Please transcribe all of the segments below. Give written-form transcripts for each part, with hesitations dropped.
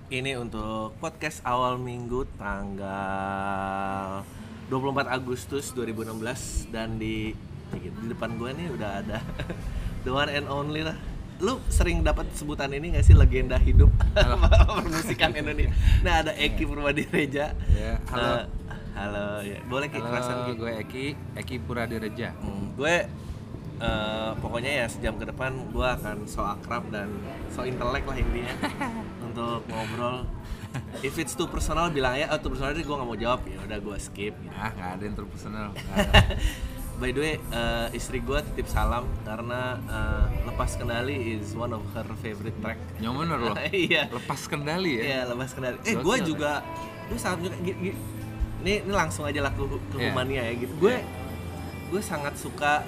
Ini untuk podcast awal minggu tanggal 24 Agustus 2016. Dan di depan gue nih udah ada the one and only lah. Lu sering dapat sebutan ini gak sih, legenda hidup permusikan Indonesia? Nah, ada Eki Purwadireja. Ya, halo. Halo, ya. Boleh Ki kerasan Ki? Gue Eki Purwadireja. Gue pokoknya ya sejam ke depan gue akan so akrab dan so intelek lah intinya untuk ngobrol. If it's too personal bilang aja, too personal gue nggak mau jawab, ya udah gue skip gitu. Nggak ada yang personal. By the way, istri gue titip salam karena Lepas Kendali is one of her favorite track. Yang bener loh. Iya. Lepas kendali ya. Iya, Lepas Kendali. Gue juga, gue sangat juga. Ini langsung aja lah ke Humania ya gitu. Gue sangat suka.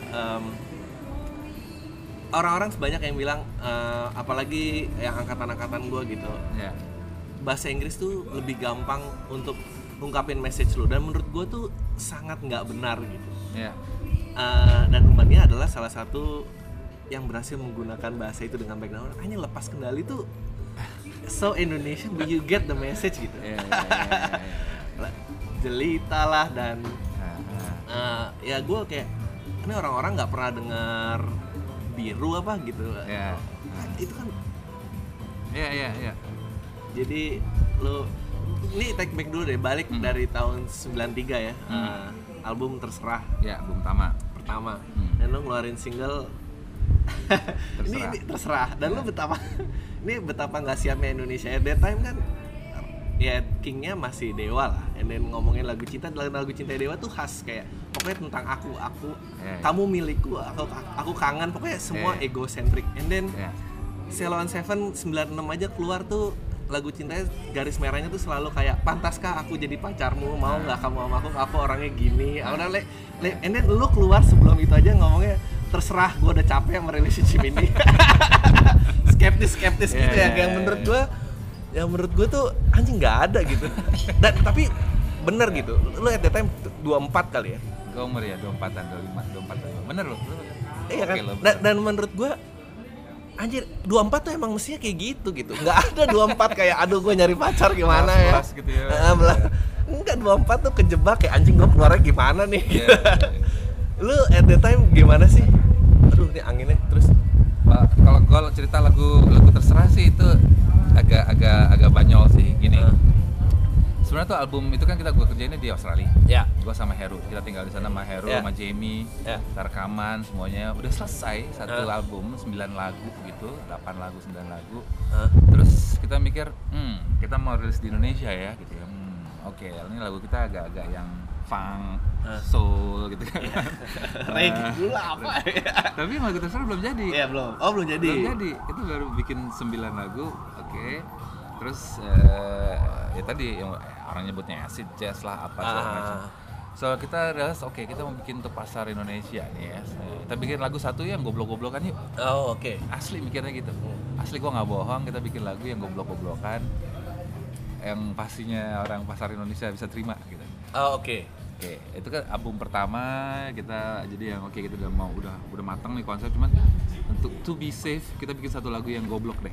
Orang-orang sebanyak yang bilang, apalagi yang angkatan-angkatan gue gitu, bahasa Inggris tuh lebih gampang untuk ungkapin message lu, dan menurut gue tuh sangat nggak benar gitu. Dan Humania adalah salah satu yang berhasil menggunakan bahasa itu dengan baik. Nah, hanya Lepas Kendali tuh so Indonesian, but you get the message gitu. Jelita lah dan ya gue kayak, ini orang-orang nggak pernah dengar biru apa gitu. Itu kan jadi lu ini take back dulu deh, balik dari tahun 93 ya. Album Terserah ya, album pertama. Dan lu ngeluarin single ini Terserah. Dan lu betapa nggak siapnya Indonesia at that time kan. Ya kingnya masih Dewa lah, and then ngomongin lagu cinta Dewa tuh khas, kayak pokoknya tentang aku kamu milikku, aku kangen, pokoknya semua egocentrik. And then Ceylon 7 96 aja keluar tuh lagu cintanya, garis merahnya tuh selalu kayak, pantaskah aku jadi pacarmu, mau nggak kamu sama aku orangnya gini. And then lu keluar sebelum itu aja ngomongnya, terserah, gue udah capek sama relationship ini. skeptis gitu ya, kayak menurut gue tuh anjing nggak ada gitu. Dan tapi bener gitu, lu at that time 24 kali ya? Gue umur ya 24-an, 25, 24. Bener loh. Iya kan? Dan menurut gue, anjir, 24 tuh emang mestinya kayak gitu. Nggak ada 24 kayak, aduh gue nyari pacar gimana ya. Gitu ya. Enggak, 24 tuh kejebak kayak, anjing gue keluarnya gimana nih. Lu at that time gimana sih? Aduh, ini anginnya terus. Kalau gue cerita lagu Terserah sih itu agak banyol sih, gini. Sebenarnya tuh album itu kan gue kerjainnya di Australia. Gue sama Heru, kita tinggal di sana sama Heru, sama Jamie, rekaman semuanya udah selesai satu album 9 lagu gitu, 8 lagu 9 lagu. Terus kita mikir, kita mau rilis di Indonesia ya gitu ya. Oke, ini lagu kita agak yang funk, soul gitu kan. Reggae dulu apa ya? Tapi lagu Terserah belum jadi. Iya, belum. Oh, belum jadi. Belum jadi. Itu baru bikin 9 lagu. Oke. Terus ya tadi yang orang nyebutnya acid jazz lah, apa segala macam. So kita realize, kita mau bikin untuk pasar Indonesia nih ya. Kita bikin lagu satu yang goblok-goblokan yuk. Oh, oke. Asli mikirnya gitu. Asli gua nggak bohong, kita bikin lagu yang goblok-goblokan, yang pastinya orang pasar Indonesia bisa terima gitu. Oh, oke. Itu kan album pertama kita, jadi yang kita udah matang nih konsep, cuman untuk to be safe kita bikin satu lagu yang goblok deh.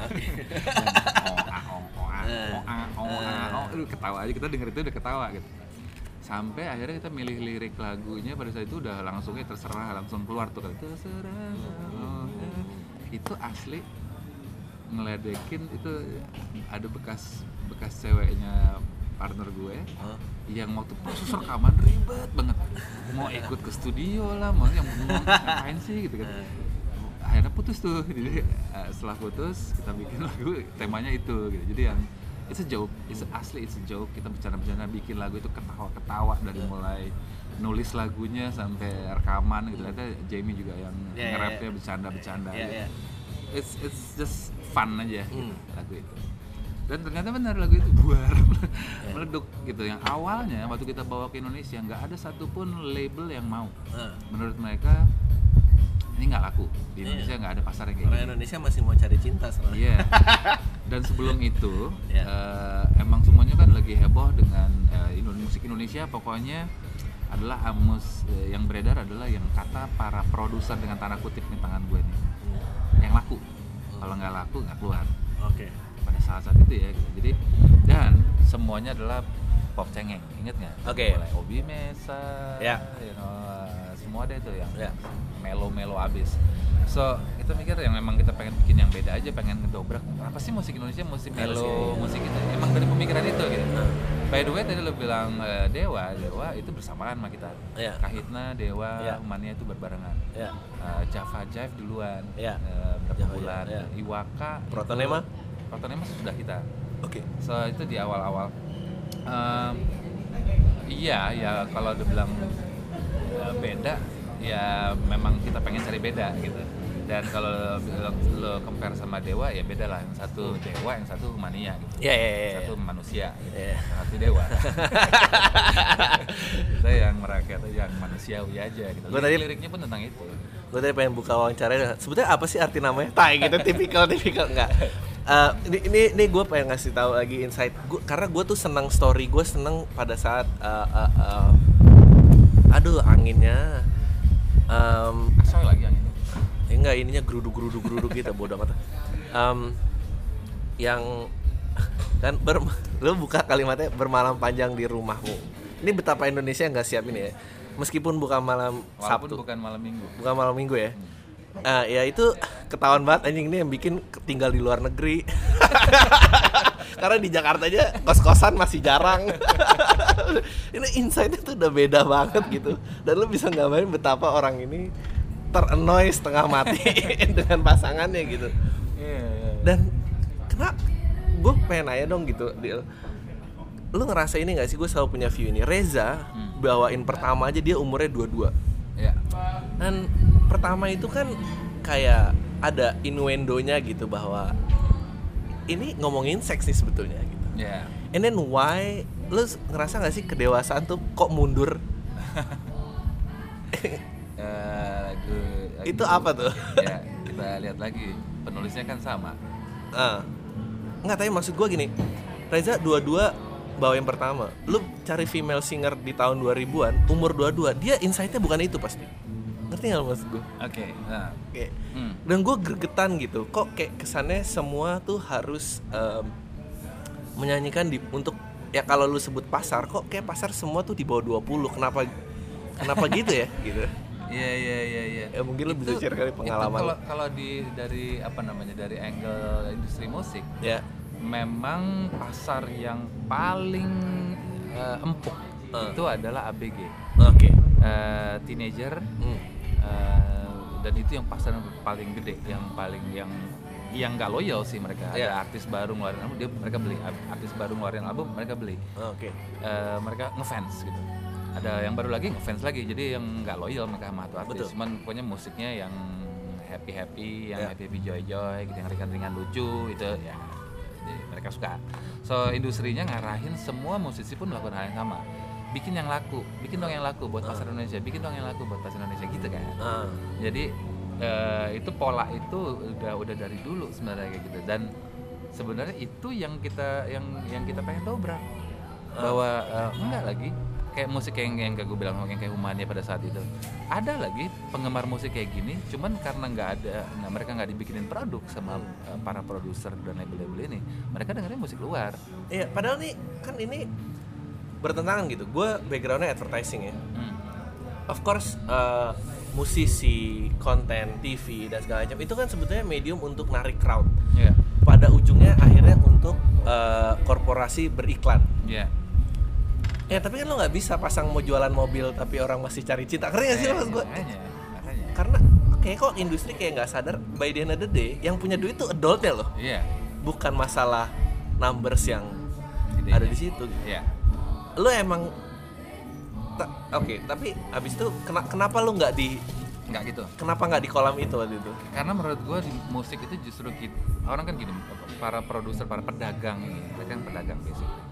Ketawa aja, kita denger itu udah ketawa gitu. Sampai akhirnya kita milih lirik lagunya, pada saat itu udah langsungnya Terserah, langsung keluar tuh kan, terserah. Itu asli ngeledekin, itu ada bekas ceweknya partner gue yang waktu proses rekaman ribet banget, mau ikut ke studio lah, mau yang ngapain sih gitu kan. Akhirnya putus tuh. Jadi setelah putus kita bikin lagu temanya itu gitu. Jadi yang it's a joke, it's a joke. Kita bercanda-bercanda bikin lagu itu, ketawa-ketawa dari mulai nulis lagunya sampai rekaman gitu. Ternyata Jamie juga yang nge-rapnya bercanda-bercanda gitu. It's just fun aja gitu, lagu itu. Dan ternyata benar lagu itu meleduk gitu. Yang awalnya waktu kita bawa ke Indonesia nggak ada satupun label yang mau. Menurut mereka ini nggak laku di Indonesia, nggak ada pasar yang kayak gitu. Indonesia masih mau cari cinta soalnya. Dan sebelum itu emang semuanya kan lagi heboh dengan musik Indonesia. Pokoknya adalah yang beredar adalah yang kata para produser dengan tanda kutip nih, tangan gue nih, yang laku. Kalau nggak laku nggak keluar. Oke. Pada saat saat itu ya gitu. Jadi dan semuanya adalah pop cengeng, inget nggak? Oke. Mulai Obi Mesa, Ya. semua ada itu yang Ya. melo abis. So kita mikir yang memang kita pengen bikin yang beda aja, pengen ngedobrak apa sih musik Indonesia, musik melo, musik kita emang dari pemikiran itu gitu. By the way tadi lo bilang Dewa itu bersamaan sama kita. Ya. Kahitna, Dewa, Ya. Mania itu berbarengan. Ya. Java Jive duluan. Ya. Berapa Java bulan. Jive, ya. Iwaka. Protonema sudah kita. Oke. So itu di awal-awal. Iya ya kalau dibilang beda ya memang kita pengen cari beda gitu. Dan kalau lo compare sama Dewa ya beda lah, yang satu Dewa, yang satu Mania gitu. Ya. Satu manusia gitu. Ya. Satu Dewa. Kita yang merakyat yang manusiawi aja gitu. Gua tadi liriknya pun tentang itu. Gue tadi pengen buka wawancara, sebetulnya apa sih arti namanya? Tai gitu, tipikal enggak. Ini gue pengen ngasih tahu lagi insight gue, karena gue tuh senang story, gue seneng pada saat aduh anginnya Asoy lagi anginnya. Enggak, ininya geruduk gitu, bodoh amat. Yang kan lu buka kalimatnya bermalam panjang di rumahmu. Ini betapa Indonesia nggak siap ini ya. Meskipun bukan malam Sabtu, bukan malam Minggu. Bukan malam Minggu ya. Ya itu ketahuan banget anjing, ini yang bikin tinggal di luar negeri. Karena di Jakarta aja kos-kosan masih jarang. Ini insight-nya tuh udah beda banget gitu. Dan lu bisa gambarin betapa orang ini terannoy setengah mati dengan pasangannya gitu. Dan kenapa gue pengen nanya dong gitu, lu ngerasa ini gak sih, gue selalu punya view ini. Reza bawain pertama aja dia umurnya 22. Ya. Dan pertama itu kan kayak ada innuendonya gitu bahwa ini ngomongin seks nih sebetulnya gitu. Ya. And then why, lu ngerasa gak sih kedewasaan tuh kok mundur? Itu apa tuh? Ya, kita lihat lagi. Penulisnya kan sama. Enggak, tapi maksud gue gini, Reza 22 bawa yang pertama. Lu cari female singer di tahun 2000-an, umur 22, dia insight-nya bukan itu pasti. Ngerti gak maksud gue? Oke. Nah. Kayak, dan gue gregetan gitu, kok kayak kesannya semua tuh harus menyanyikan untuk, ya kalau lu sebut pasar, kok kayak pasar semua tuh di bawah 20, kenapa gitu ya gitu. Iya. Ya mungkin lu bisa share kali pengalaman. Kalau dari apa namanya, dari angle industri musik, ya memang pasar yang paling empuk itu adalah ABG. Oke. Teenager. Dan itu yang pasar yang paling gede, yang nggak loyal sih mereka. Ada artis baru ngeluarin album, mereka beli. Artis baru ngeluarin album, mereka beli. Oke. Mereka ngefans gitu. Ada yang baru lagi ngefans lagi, jadi yang nggak loyal mereka sama tuh artis. Cuman pokoknya musiknya yang happy, yang happy joy gitu, yang ringan lucu itu ya mereka suka. So industrinya ngarahin semua musisi pun melakukan hal yang sama. Bikin dong yang laku buat pasar Indonesia, bikin dong yang laku buat pasar Indonesia gitu kan. Jadi itu pola itu udah dari dulu sebenarnya kayak gitu, dan sebenarnya itu yang kita pengen dobrak bahwa enggak lagi kayak musik yang gue bilang yang kayak Humania pada saat itu. Ada lagi penggemar musik kayak gini, cuman karena mereka nggak dibikinin produk sama para produser dan label-label ini, mereka dengerin musik luar. Iya, padahal nih kan ini bertentangan gitu. Gue backgroundnya advertising ya. Of course musisi, konten, TV dan segala macam itu kan sebetulnya medium untuk narik crowd. Yeah. Pada ujungnya akhirnya untuk korporasi beriklan. Yeah. Ya tapi kan lo nggak bisa pasang mau jualan mobil tapi orang masih cari cinta. Keren nggak sih maksud gue? Karena kayak kok industri kayak nggak sadar by the end of the day yang punya duit tuh adultnya loh. Iya. Bukan masalah numbers yang ada di situ. Iya. Lo emang Oke, tapi abis itu kenapa lo nggak gitu? Kenapa nggak di kolam itu waktu itu? Karena menurut gue di musik itu justru orang kan gini, para produser, para pedagang ini, mereka kan pedagang basically.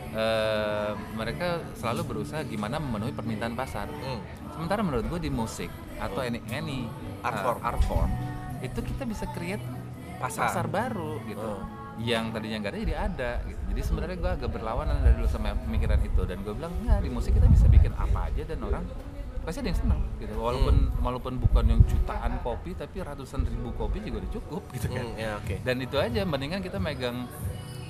Mereka selalu berusaha gimana memenuhi permintaan pasar. Sementara menurut gue di musik atau any art form itu kita bisa create pasar baru gitu. Yang tadinya nggak ada jadi ada gitu. Jadi sebenarnya gue agak berlawanan dari dulu sama pemikiran itu, dan gue bilang nggak, di musik kita bisa bikin apa aja dan orang pasti ada yang senang gitu. Walaupun bukan yang jutaan kopi tapi ratusan ribu kopi juga udah cukup gitu kan. Ya, okay. Dan itu aja, mendingan kita megang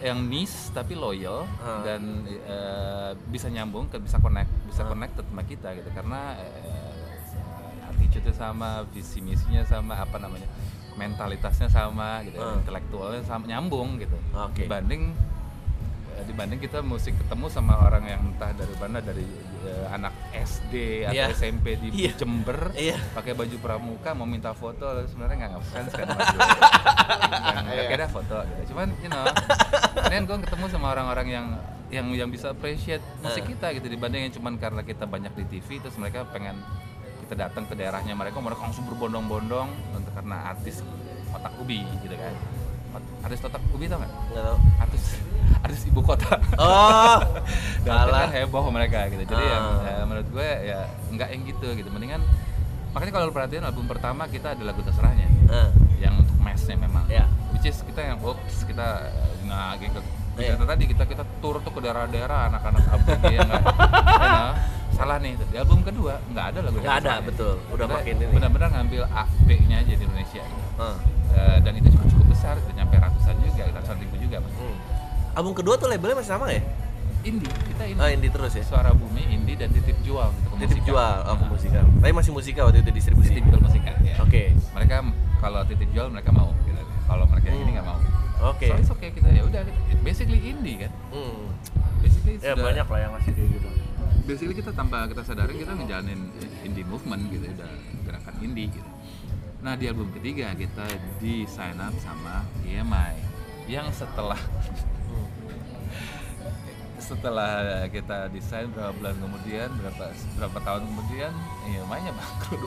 yang niche tapi loyal dan bisa nyambung, bisa connected sama kita gitu, karena attitude-nya sama, visi misinya sama, apa namanya, mentalitasnya sama gitu, intelektualnya sama, nyambung gitu. Dibanding kita mesti ketemu sama orang yang entah dari mana, dari anak SD atau SMP di Jember, pakai baju pramuka mau minta foto, sebenarnya nggak ngefans kan sama gue. Nggak kira foto gitu. Cuman kemudian gue ketemu sama orang-orang yang bisa appreciate musik kita gitu, dibanding yang cuman karena kita banyak di TV terus mereka pengen kita datang ke daerahnya mereka langsung berbondong-bondong karena artis otak ubi gitu kan. Artis otak ubi tau nggak? Nggak tahu. Artis ibu kota. Dan kan heboh mereka gitu. Jadi menurut gue ya nggak yang gitu. Mendingan, makanya kalau lu perhatiin album pertama kita ada lagu terserahnya, yang untuk massnya memang. Which is kita yang kita tadi kita tur tuh ke daerah-daerah anak-anak album yang nggak salah nih. Di album kedua nggak ada lagu. Nggak ada, betul. Udah makin ini. Benar-benar ngambil A, B-nya aja di Indonesia. Gitu. Dan itu cukup besar, udah nyampe ratusan juga, ratusan ribu juga. Album kedua tuh labelnya masih sama ya? Indie, kita indie. Indie terus ya? Suara Bumi, indie dan Titip Jual gitu, Titip Jual, ke Musika. Tapi masih Musika waktu itu distribusi? Titip Jual Musika, ya. Oke. Mereka, kalau Titip Jual mereka mau gitu. Kalau mereka yang ini nggak mau. Oke. So it's kita ya udah, basically indie kan. Basically ya banyak lah yang masih kayak gitu. Basically kita tanpa kita sadarin kita ngejalanin indie movement gitu, udah gerakan indie gitu. Nah di album ketiga kita di sign up sama EMI yang setelah kita desain berapa bulan kemudian, berapa tahun kemudian EMI-nya bangkrut.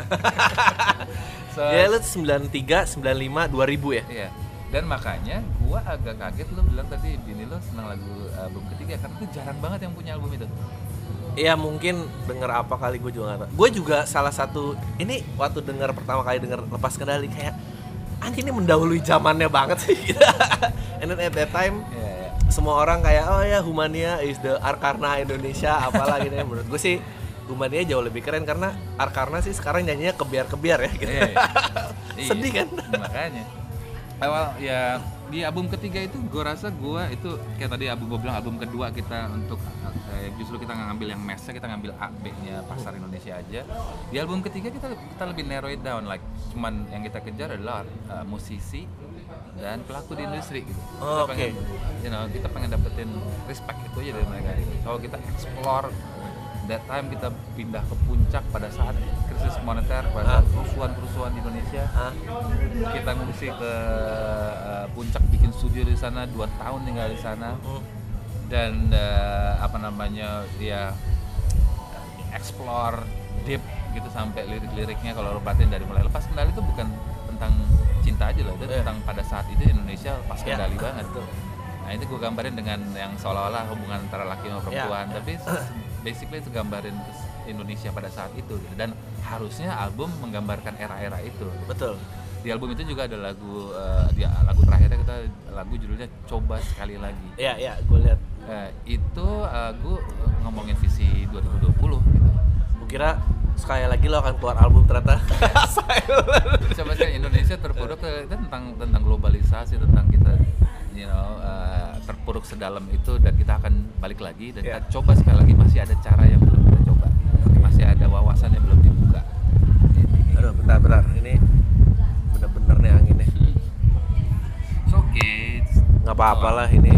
Ya lu 93, 95, 2000 ya? Iya. Dan makanya gua agak kaget lu bilang tadi bini lu senang lagu album ketiga, karena itu jarang banget yang punya album itu. Iya mungkin denger apa kali, gue juga nggak tahu. Gue juga salah satu ini waktu pertama kali denger Lepas Kendali kayak anjing ini mendahului zamannya banget sih. And then at that time semua orang kayak oh ya Humania is the Arkarna Indonesia apalah gitu ya. Menurut gue sih Humania jauh lebih keren karena Arkarna sih sekarang nyanyinya kebiar-kebiar ya gitu. Sedih kan? Makanya awal ya di album ketiga itu gue rasa gue itu kayak tadi gue bilang album kedua kita untuk justru kita ngambil yang massnya, kita ngambil A, B-nya pasar Indonesia aja. Di album ketiga kita lebih narrow it down, like cuman yang kita kejar adalah musisi dan pelaku di industri gitu. Kita pengen dapetin respect itu aja dari mereka gitu. So kita explore that time, kita pindah ke puncak pada saat krisis moneter, pada saat kerusuhan di Indonesia. Kita ngungsi ke puncak, bikin studio di sana, 2 tahun tinggal di sana. Dan explore deep gitu sampai lirik-liriknya. Kalau lo perhatiin dari mulai Lepas Kendali itu bukan tentang cinta aja loh, itu tentang pada saat itu Indonesia lepas kendali banget tuh. Nah itu gue gambarin dengan yang seolah-olah hubungan antara laki sama perempuan, tapi basically itu gambarin Indonesia pada saat itu gitu. Dan harusnya album menggambarkan era-era itu gitu. Betul. Di album itu juga ada lagu lagu terakhirnya kita lagu judulnya Coba Sekali Lagi. Iya, gue lihat. Itu gue ngomongin visi 2020 gitu. Gue kira sekali lagi lo akan keluar album ternyata. Coba sekali Indonesia terpuruk itu tentang globalisasi, tentang kita terpuruk sedalam itu dan kita akan balik lagi dan kita coba sekali lagi, masih ada cara yang belum kita coba, masih ada wawasan yang belum dibuka. Aduh, bentar ini bener-bener nih anginnya. Oke. Nggak apa-apa lah ini.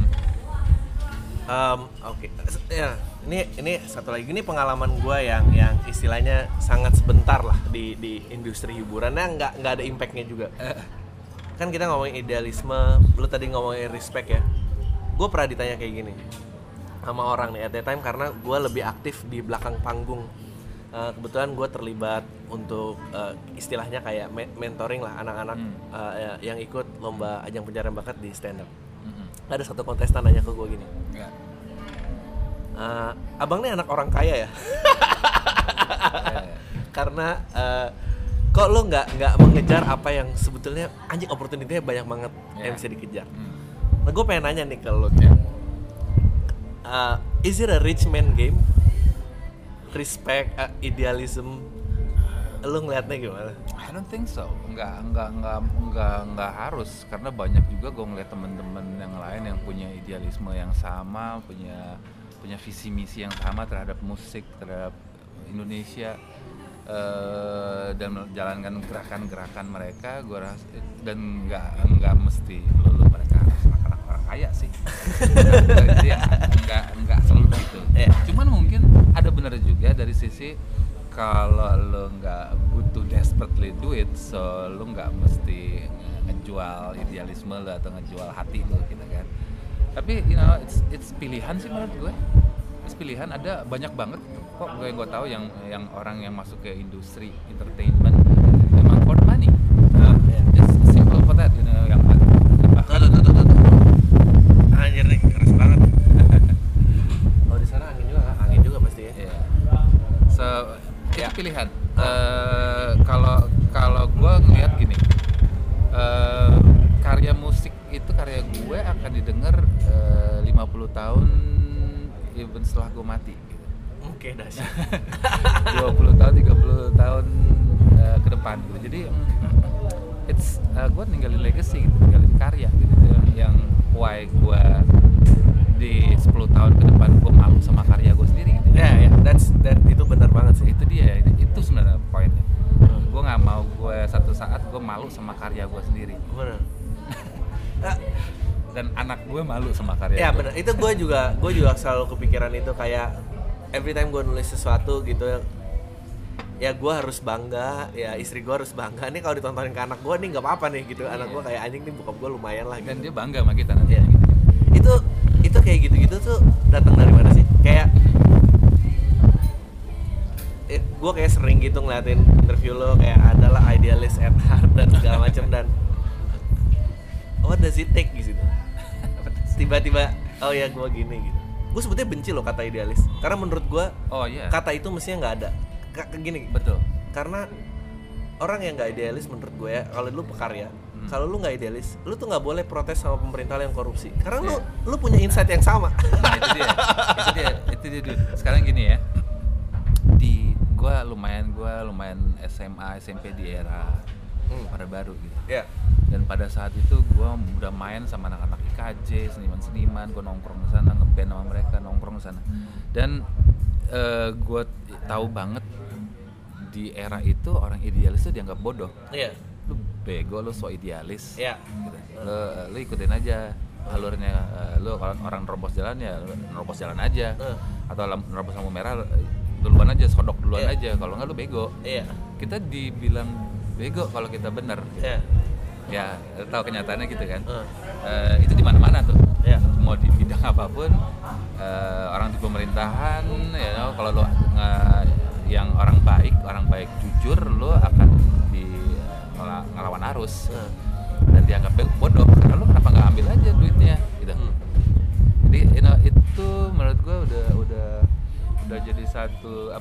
Oke. Ya, ini satu lagi, ini pengalaman gue yang istilahnya sangat sebentar lah di industri hiburannya, nggak ada impactnya juga. Kan kita ngomongin idealisme, lu tadi ngomongin respect ya. Gue pernah ditanya kayak gini sama orang nih at that time, karena gue lebih aktif di belakang panggung. Kebetulan gue terlibat untuk istilahnya kayak mentoring lah anak-anak yang ikut lomba ajang pencarian bakat di stand up. Ada satu kontestan nanya ke gue gini, abang nih anak orang kaya ya? Karena kok lo nggak mengejar apa yang sebetulnya anjing opportunity-nya banyak banget yang bisa dikejar. Nah gue pengen nanya nih ke lo, is it a rich man game? Respect, idealism, lo ngeliatnya gimana? I don't think so. Enggak harus, karena banyak juga gue ngeliat temen-temen yang lain punya idealisme yang sama, punya visi misi yang sama terhadap musik, terhadap Indonesia, dan menjalankan gerakan-gerakan mereka, gue rasa, dan nggak mesti melulu mereka anak orang kaya sih. Jadi nggak selalu begitu. Cuman mungkin ada benar juga dari sisi kalau lo nggak butuh desperately duit, so lo nggak mesti ngejual idealisme lo atau ngejual hati lo gitu kan. Tapi it's pilihan sih menurut gue. It's pilihan, ada banyak banget kok gue tahu yang orang yang masuk ke industri entertainment memang for money. Just simple for that, yang tuh. Anjir nih, keras banget. Oh, di sana angin juga pasti ya. Yeah. So itu pilihan. Kalau gue ngeliat gini, karya musik itu karya gue akan didengar 50 tahun even setelah gue mati gitu. Oke, dahsyat. 20 tahun, 30 tahun ke depan gitu. Jadi gue ninggalin legacy gitu, ninggalin karya gitu, yang why gue di 10 tahun ke depan gue malu sama karya gue sendiri gitu. Itu benar banget sih. Itu dia, itu sebenarnya poinnya. Gue nggak mau gue satu saat gue malu sama karya gue sendiri. Benar. Dan anak gue malu sama karya. Ya benar. Itu gue juga selalu kepikiran itu, kayak every time gue nulis sesuatu gitu, ya gue harus bangga, ya istri gue harus bangga. Nih kalau ditontonin ke anak gue nih nggak apa-apa nih gitu. Anak gue kayak anjing nih, bokap gue lumayan lah. Dan gitu. dia bangga sama kita nanti. Gitu. Itu kayak gitu-gitu tuh datang dari mana sih? Kayak gue kayak sering gitu ngeliatin interview lo, kayak adalah idealist at heart dan segala macam, dan what does it take gitu. Tiba-tiba oh ya gue gini gitu. Gue sebetulnya benci loh kata idealis, karena menurut gue kata itu mestinya nggak ada. Gini. Betul. Karena orang yang nggak idealis menurut gue ya, kalau lu pekarya, kalau lu nggak idealis, lu tuh nggak boleh protes sama pemerintah yang korupsi, karena lu punya insight yang sama. Nah itu dia dude. Sekarang gini ya, gue lumayan SMA SMP di era pada baru gitu. Yeah. Dan pada saat itu gue udah main sama anak-anak IKJ, seniman-seniman, gue nongkrong di sana, ngeband sama mereka, nongkrong di sana. Dan gue tahu banget di era itu orang idealis tuh dianggap bodoh. Iya. Lu bego, lu so idealis. Iya. Gitu. Lu ikutin aja alurnya. Lu kalau orang nerobos jalan ya nerobos jalan aja. Atau nerobos lampu merah duluan aja, sodok duluan aja. Kalau enggak lu bego. Iya. Kita dibilang bego kalau kita bener. Iya. Ya, tahu kenyataannya gitu kan. Itu di mana-mana tuh. Yeah. Mau di bidang apapun, orang di pemerintahan, ya kalau lo yang orang baik jujur, lo akan ngelawan arus dan dianggap bodoh karena lo kenapa nggak ambil aja duitnya, gitu. Jadi itu menurut gue udah jadi satu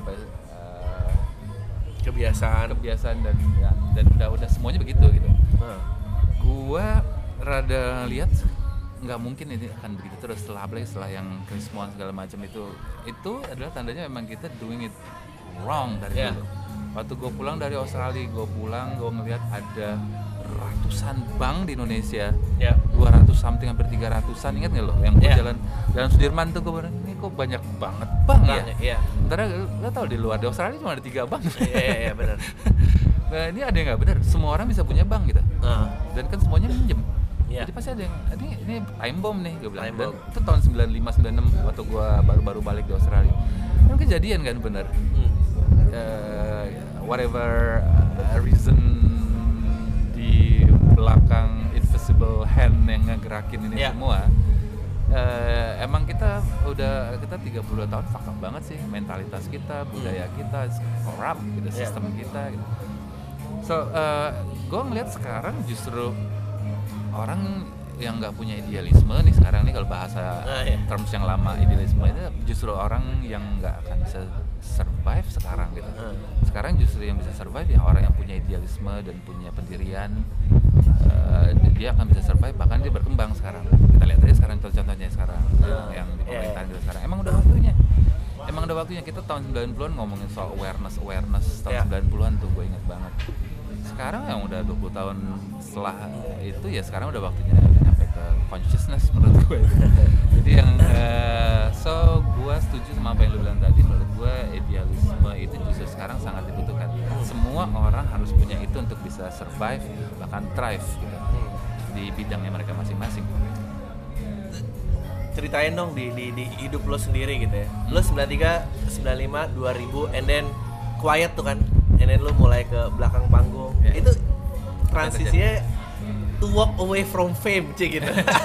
kebiasaan dan udah semuanya begitu gitu. Gua rada lihat nggak mungkin ini akan begitu terus setelah yang Krismon segala macam itu adalah tandanya memang kita doing it wrong dari dulu. Waktu gue pulang dari Australia, gue ngelihat ada ratusan bank di Indonesia, 200 something hampir 300an, ingat nggak lo yang jalan Sudirman tuh, gue bilang ini kok banyak banget bank ya. Sementara lo tau di luar di Australia cuma ada 3 bank. Iya benar. Nah ini ada yang nggak benar, semua orang bisa punya bank gitu, dan kan semuanya minjem. Jadi pasti ada yang ini time bomb nih, gue bilang. Dan itu tahun 95-96 waktu gue baru balik di Australia. Kan kejadian kan bener. Whatever reason di belakang invisible hand yang ngegerakin ini semua, emang kita 32 tahun fuck up banget sih, mentalitas kita, budaya kita, corrupt gitu, sistem kita gitu. So, gue ngeliat sekarang justru orang yang nggak punya idealisme nih sekarang nih, kalau bahasa terms yang lama idealisme itu justru orang yang nggak akan bisa survive sekarang gitu. Sekarang justru yang bisa survive ya orang yang punya idealisme dan punya pendirian, dia akan bisa survive, bahkan dia berkembang sekarang. Kita lihat aja sekarang contohnya sekarang yang di pemerintahan kita sekarang. Emang udah waktunya kita tahun 90-an ngomongin soal awareness tahun 90-an tuh gue ingat banget. Sekarang yang udah 20 tahun setelah itu ya sekarang udah waktunya nyampe ke consciousness menurut gue. Jadi yang so gue setuju sama apa yang lu bilang tadi. Menurut gue idealisme itu justru sekarang sangat dibutuhkan. Semua orang harus punya itu untuk bisa survive bahkan thrive gitu di bidangnya mereka masing-masing. Ceritain dong di hidup lo sendiri gitu ya. Lo 93, 95, 2000 and then quiet tuh kan. And then lo mulai ke belakang panggung. Yeah. Itu transisinya to walk away from fame gitu.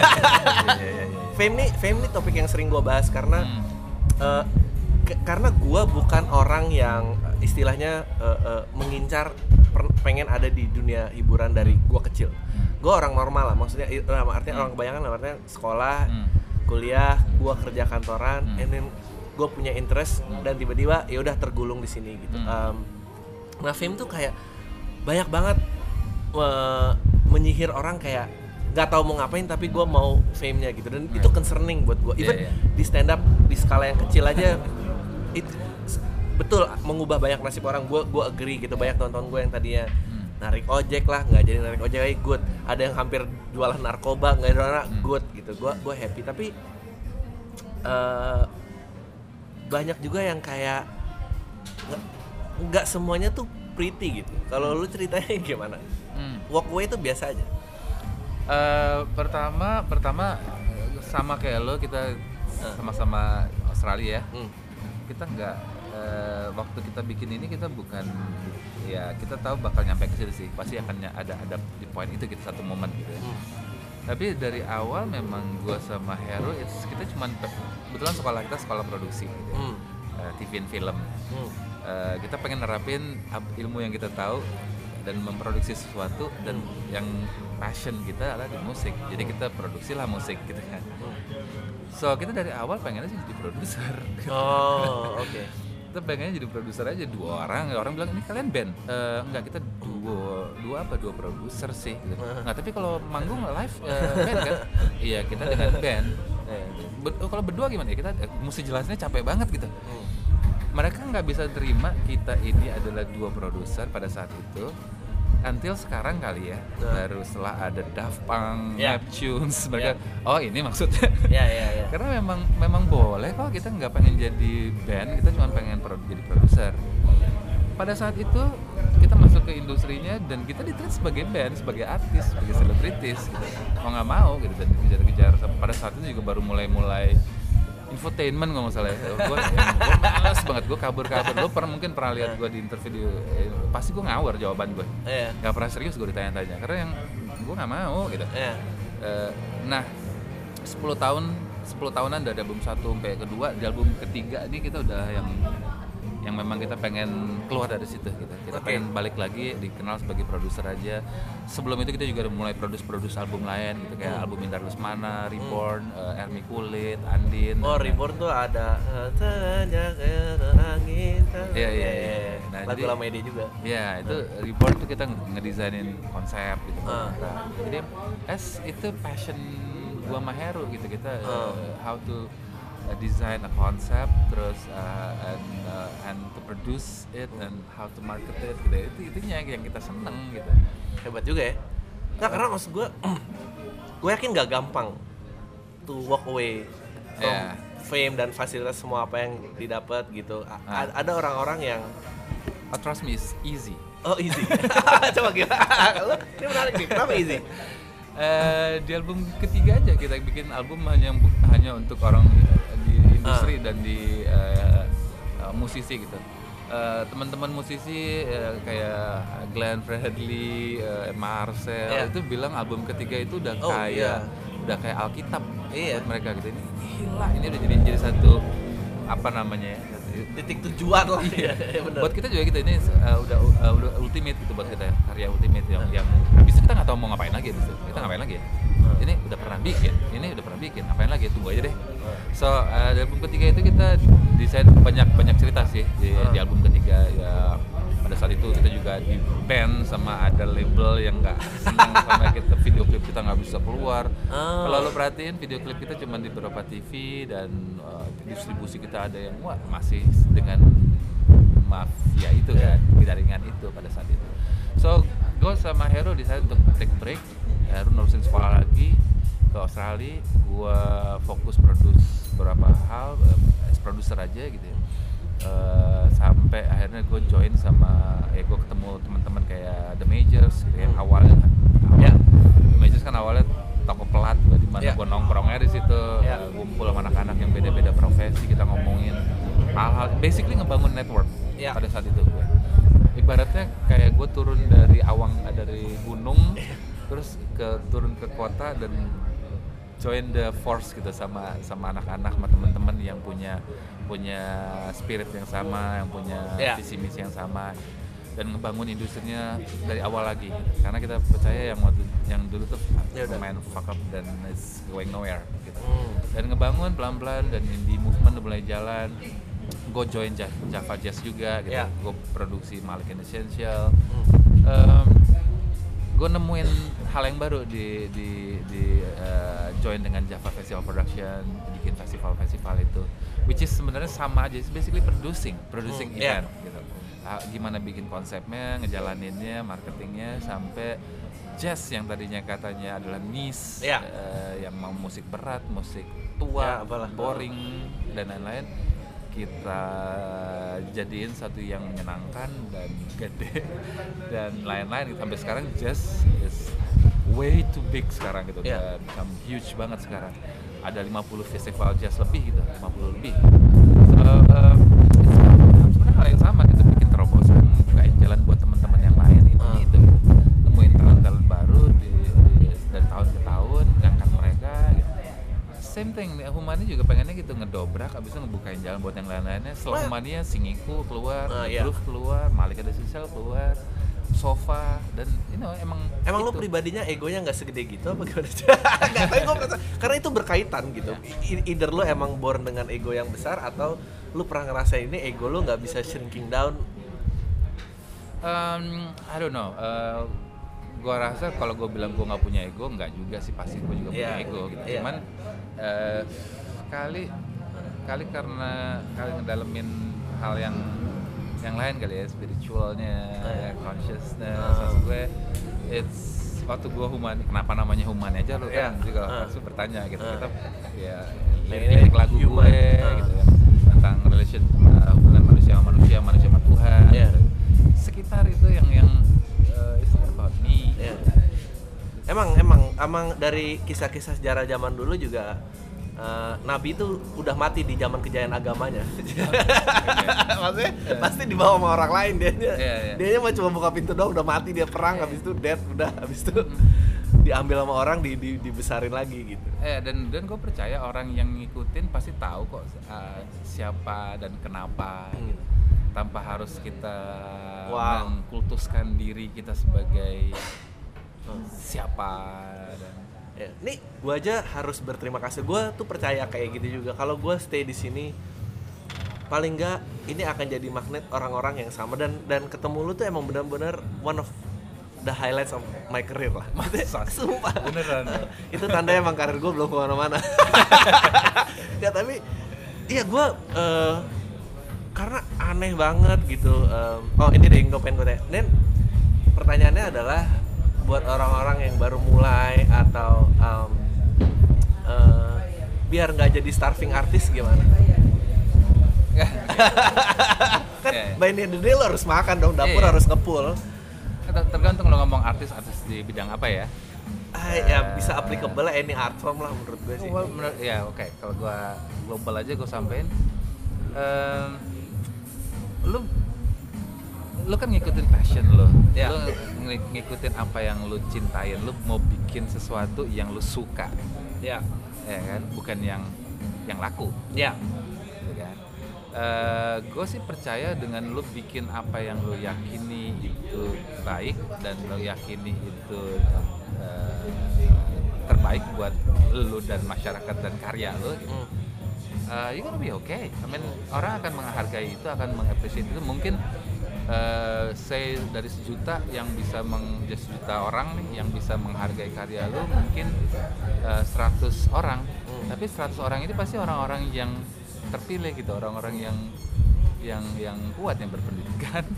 Fame nih topik yang sering gue bahas karena karena gue bukan orang yang istilahnya mengincar pengen ada di dunia hiburan dari gue kecil. Gue orang normal lah, maksudnya artinya orang kebanyakan lah, artinya sekolah, kuliah, gue kerja kantoran, and then gue punya interest dan tiba-tiba ya udah tergulung di sini gitu. Nah fame tuh kayak banyak banget menyihir orang kayak nggak tahu mau ngapain tapi gue mau fame-nya gitu, dan itu concerning buat gue. Even di stand up di skala yang kecil aja itu betul mengubah banyak nasib orang. Gue agree gitu, banyak tonton gue yang tadinya narik ojek lah nggak jadi narik ojek lagi, good. Ada yang hampir jualan narkoba nggak ada good gitu. Gue happy, tapi banyak juga yang kayak nggak semuanya tuh pretty gitu. Kalau lu ceritanya gimana? Walkway itu biasa aja. Pertama sama kayak lo, kita sama-sama Australia ya. Kita nggak waktu kita bikin ini kita bukan ya kita tahu bakal nyampe ke situ sih, pasti akan ada di poin itu kita satu momen gitu ya. Tapi dari awal memang gue sama Heru kita cuman kebetulan sekolah produksi gitu ya. TV and film. Kita pengen nerapin ilmu yang kita tahu dan memproduksi sesuatu, dan yang passion kita adalah di musik. Jadi kita produksilah musik gitu kan. So kita dari awal pengennya sih jadi produser. Oh, oke. Okay. Kita pengennya jadi produser aja, 2 orang. Orang bilang ini kalian band. Enggak, kita dua produser sih gitu. Nah, tapi kalau manggung live band kan? Iya, kita dengan band. Kalau berdua gimana ya? Kita mesti jelasnya capek banget gitu. Mereka nggak bisa terima kita ini adalah 2 produser pada saat itu. Until sekarang kali ya, baru setelah ada Daft Punk, Neptunes, mereka oh ini maksudnya. Karena memang boleh kok, kita nggak pengen jadi band, kita cuma pengen jadi produser. Pada saat itu kita masuk ke industrinya dan kita diterit sebagai band, sebagai artis, sebagai selebritis gitu. Mau nggak mau gitu, dan dikejar-kejar. Pada saat itu juga baru mulai infotainment nggak masalah ya. Gue males banget, gue kabur. Lo mungkin pernah lihat gue di interview pasti gue ngawur jawaban gue. Nggak pernah serius gue ditanya-tanya karena yang gue nggak mau gitu. Nah 10 tahunan dari album 1 sampai kedua, di album ketiga ini kita udah yang memang kita pengen keluar dari situ gitu. Kita pengen balik lagi dikenal sebagai produser aja. Sebelum itu kita juga udah mulai produce album lain gitu, kayak album Indar Lesmana, Reborn, Ermi Kulit, Andin. Oh, Reborn tuh ada angin. Iya. Nah, lagu lama dia juga. Iya, itu Reborn tuh kita ngedesainin konsep gitu. Jadi itu passion gua sama Heru gitu. Kita how to design a concept, terus and to produce it and how to market it gitu. Itunya yang kita seneng gitu. Hebat juga ya. Nah, karena maksud gue yakin gak gampang to walk away from fame dan fasilitas semua apa yang didapat gitu. Ada orang-orang yang trust me, it's easy. Oh, easy. Coba gimana? Ini menarik nih. Kenapa easy? Di album ketiga aja kita bikin album hanya untuk orang di industri dan di musisi gitu. Teman-teman musisi kayak Glenn Fredly, Marcel itu bilang album ketiga itu udah udah kayak Alkitab buat mereka gitu. Ini gila, ini udah jadi satu apa namanya ya, titik tujuan lah ya. Buat kita juga gitu, ini udah ultimate gitu buat kita, karya ultimate yang habis itu kita nggak tahu mau ngapain lagi gitu. Kita ngapain lagi ya? Ini udah pernah bikin, ngapain lagi? Tunggu aja deh. So di album ketiga itu kita desain banyak cerita sih di album ketiga ya. Pada saat itu kita juga di band sama ada label yang nggak senang sama kita, video klip kita nggak bisa keluar. Kalau lo perhatiin video klip kita cuma di beberapa TV dan distribusi kita ada yang masih dengan mafia itu kan, jaringan itu pada saat itu. So gue sama Heru desain untuk take break. Heru nerusin sekolah lagi, ke Australia, gue fokus produce beberapa hal as producer aja gitu ya. Sampai akhirnya gue join sama gue ketemu teman-teman kayak The Majors gitu yang awalnya The Majors kan awalnya toko pelat di mana gue nongkrongnya di situ, ngumpul sama anak-anak yang beda-beda profesi, kita ngomongin hal-hal basically ngebangun network pada saat itu gue. Ibaratnya kayak gue turun dari gunung terus turun ke kota dan join the force gitu sama anak-anak, sama teman-teman yang punya spirit yang sama, yang punya visi misi yang sama, dan ngebangun industrinya dari awal lagi. Karena kita percaya yang dulu tuh main fuck up dan it's going nowhere gitu. Dan ngebangun pelan-pelan dan indie movement udah mulai jalan. Gue join Java Jazz juga gitu. Gue produksi Malik and Essential. Gue nemuin hal yang baru di join dengan Java Festival Production, bikin festival itu, which is sebenarnya sama aja, basically producing event gitu. Gimana bikin konsepnya, ngejalaninnya, marketingnya, sampai jazz yang tadinya katanya adalah niche, yang mau musik berat, musik tua, boring dan lain-lain, kita jadiin satu yang menyenangkan dan gede dan lain-lain. Sampai sekarang jazz is way too big sekarang gitu, udah become huge banget sekarang. Ada 50 festival jazz lebih gitu, 50 lebih. Sebenarnya hal yang sama gitu, bikin terobosan, bukain jalan buat teman-teman yang lain gitu. Nemuin talent baru dari tahun ke tahun, ngangkat mereka gitu. Same thing, Humani juga pengennya gitu, ngedobrak, abis itu ngebukain jalan buat yang lain-lainnya. Setelah Humania, Singiku keluar, Groove keluar, Malik ada Sisal keluar, Sofa, dan emang gitu. Lu pribadinya egonya nggak segede gitu apa gimana? Nggak, tapi gue merasa karena itu berkaitan gitu. Either lu emang born dengan ego yang besar atau lu pernah ngerasain ini ego lu nggak bisa shrinking down. I don't know. Gue rasa kalau gue bilang gue nggak punya ego, nggak juga sih, pasti gue juga punya ego gitu. Cuman kali karena ngedalemin hal yang lain kali ya, spiritualnya, consciousness. Maksud gue, it's waktu gue Humani, kenapa namanya Humani aja lo kan juga pasti bertanya gitu. Kita lirik lagu gue gitu ya, tentang relation hubungan manusia sama Tuhan. Gitu. Sekitar itu yang it's about me. Emang dari kisah-kisah sejarah zaman dulu juga Nabi itu udah mati di zaman kejayaan agamanya. Maksudnya pasti dibawa sama orang lain dia mah cuma buka pintu doang, udah mati, dia perang, habis itu dead, udah habis itu diambil sama orang, dibesarin lagi gitu. Dan gue percaya orang yang ngikutin pasti tahu kok siapa dan kenapa gitu. Tanpa harus kita mengkultuskan diri kita sebagai siapa dan nih gue aja harus berterima kasih. Gue tuh percaya kayak gitu juga. Kalau gue stay di sini, paling nggak ini akan jadi magnet orang-orang yang sama, dan ketemu lu tuh emang benar-benar one of the highlights of my career lah. Sumpah. Beneran. Itu tanda emang karir gue belum kemana-mana. Ya tapi, iya gue karena aneh banget gitu. Ini deh gue pengen gue tanya. Dan pertanyaannya adalah, buat orang-orang yang baru mulai atau biar nggak jadi starving artis gimana? Kan by the end of the day lo harus makan dong, dapur harus ngepul. Tergantung lo ngomong artis di bidang apa ya. Ya bisa applicable lah, any art form lah menurut gue sih. Kalau gue global aja gue sampein, lu kan ngikutin passion lo, lu ngikutin apa yang lu cintain, lu mau bikin sesuatu yang lu suka, ya kan, bukan yang laku, gitu kan. Gue sih percaya dengan lu bikin apa yang lu yakini itu baik dan lu yakini itu terbaik buat lu dan masyarakat dan karya lu, gitu. You gonna be okay. I mean, orang akan menghargai itu, akan mengapresiasi itu. Mungkin say dari 1 juta yang bisa sejuta orang nih yang bisa menghargai karya lu, mungkin 100 orang. Tapi 100 orang ini pasti orang-orang yang terpilih gitu, orang-orang yang kuat, yang berpendidikan,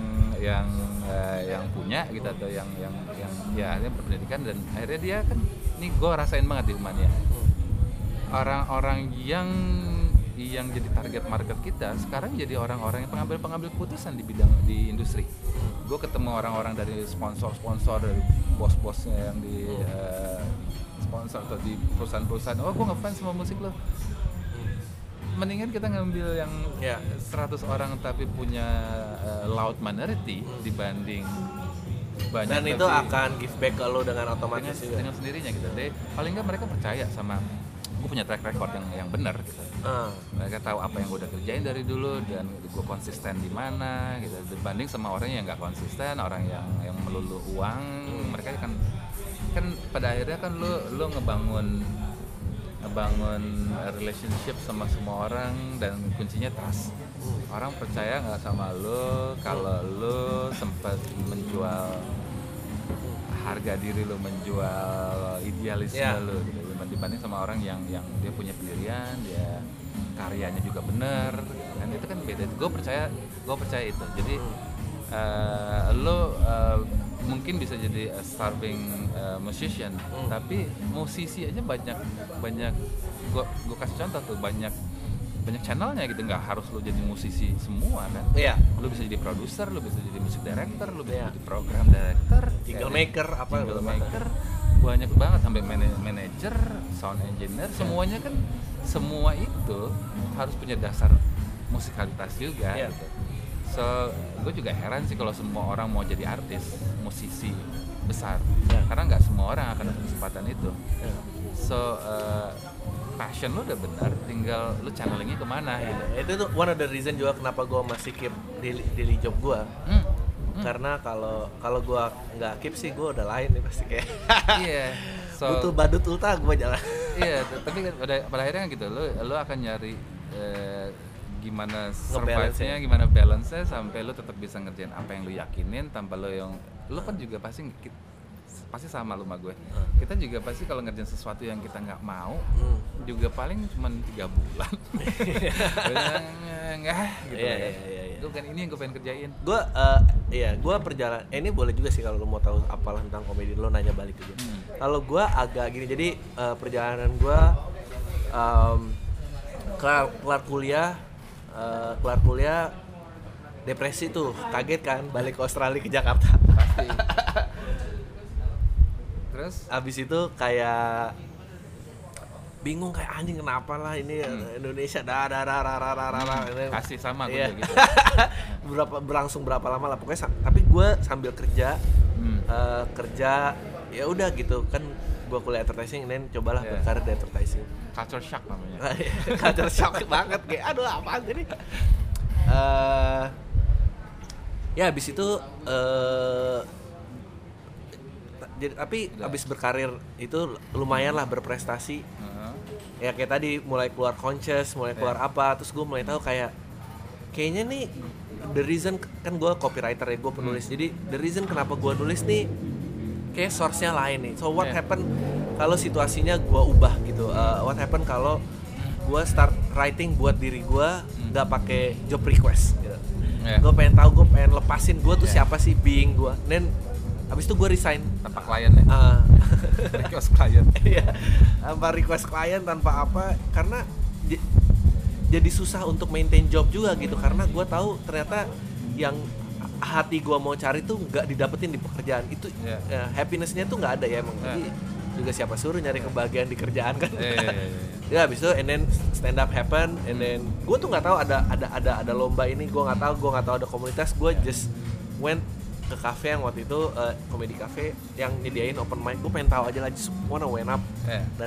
yang punya gitu, atau yang akhirnya berpendidikan, dan akhirnya dia kan ini gue rasain banget di Humania. Orang-orang yang jadi target market kita sekarang jadi orang-orang yang pengambil keputusan di industri. Gue ketemu orang-orang dari sponsor, dari bos-bosnya yang di sponsor atau di perusahaan-perusahaan. Oh, gue ngefans sama musik lo. Mendingan kita ngambil yang 100 orang tapi punya loud minority dibanding banyak. Dan itu akan give back ke lo dengan otomatis dengan sendirinya gitu. Jadi paling nggak mereka percaya sama gue punya track record yang benar gitu. Mereka tahu apa yang gue udah kerjain dari dulu dan gue konsisten di mana gitu. Dibanding sama orang yang nggak konsisten, orang yang melulu uang, mereka kan pada akhirnya kan lo ngebangun relationship sama semua orang dan kuncinya trust. Orang percaya nggak sama lo kalau lo sempat menjual harga diri lo, menjual idealisme lo gitu. Dibanding sama orang yang dia punya pendirian, dia karyanya juga benar, dan itu kan beda. Gue percaya itu. Jadi lo mungkin bisa jadi starving musician, tapi musisi aja banyak. Gue kasih contoh tuh, banyak channelnya gitu, nggak harus lo jadi musisi semua kan. Lo bisa jadi produser, lo bisa jadi music director, lo bisa jadi program director, jingle maker, banyak banget, sampai manager, sound engineer, semuanya kan, semua itu harus punya dasar musikalitas juga gitu. So, gue juga heran sih kalau semua orang mau jadi artis, musisi besar, karena nggak semua orang akan dapat kesempatan itu. So, passion lo udah benar, tinggal lo channelingnya kemana gitu. Itu tuh one of the reason juga kenapa gue masih keep daily job gue. Karena kalau gue nggak keep sih, gue udah lain nih pasti kayak. So, butuh badut ulta gue jalan. Tapi kan pada akhirnya gitu, lo akan nyari gimana survive-nya, gimana balance-nya sampai lo tetap bisa ngerjain apa yang lo yakinin tanpa lo kan juga pasti sama lu sama gue. Kita juga pasti kalau ngerjain sesuatu yang kita nggak mau, juga paling cuma 3 bulan. Gitu. Itu kan ini yang gue pengen kerjain. Gue perjalanan. Ini boleh juga sih kalau lu mau tahu apalah tentang komedi, lo nanya balik ke gue. Kalau gue agak gini, jadi perjalanan gue kelar kuliah depresi tuh, kaget kan balik ke Australia ke Jakarta. Pasti. Terus abis itu kayak bingung, kayak anjing kenapa lah ini Indonesia kasih sama gue gitu. berlangsung berapa lama lah pokoknya, tapi gue sambil kerja ya udah gitu kan, gue kuliah advertising dan cobalah berkarir di advertising. Culture shock namanya. Culture shock banget, kayak aduh apaan ini. Ya habis itu tapi abis berkarir itu lumayan lah berprestasi. Ya kayak tadi mulai keluar conscious, mulai keluar apa, terus gue mulai tahu kayaknya nih the reason, kan gue copywriter ya, gue penulis. Jadi the reason kenapa gue nulis nih kayak source-nya lain nih. So what happen kalau situasinya gue ubah gitu? What happen kalau gue start writing buat diri gue, nggak pakai job request gitu. Gue pengen tahu, gue pengen lepasin gue tuh siapa sih, being gue. Dan habis itu gue resign tanpa klien ya. Request klien. Iya. Tanpa request klien, tanpa apa, karena jadi susah untuk maintain job juga gitu, karena gue tahu ternyata yang hati gue mau cari tuh nggak didapetin di pekerjaan itu. Happiness-nya tuh nggak ada ya emang. Jadi juga siapa suruh nyari kebahagiaan di kerjaan kan. Ya habis itu and then stand up happen, and then gue tuh nggak tahu ada lomba ini, gue nggak tahu ada komunitas. Gue just went ke cafe yang waktu itu comedy cafe yang nyediain open mic. Gue pengen tahu aja lah, just wanna went up dan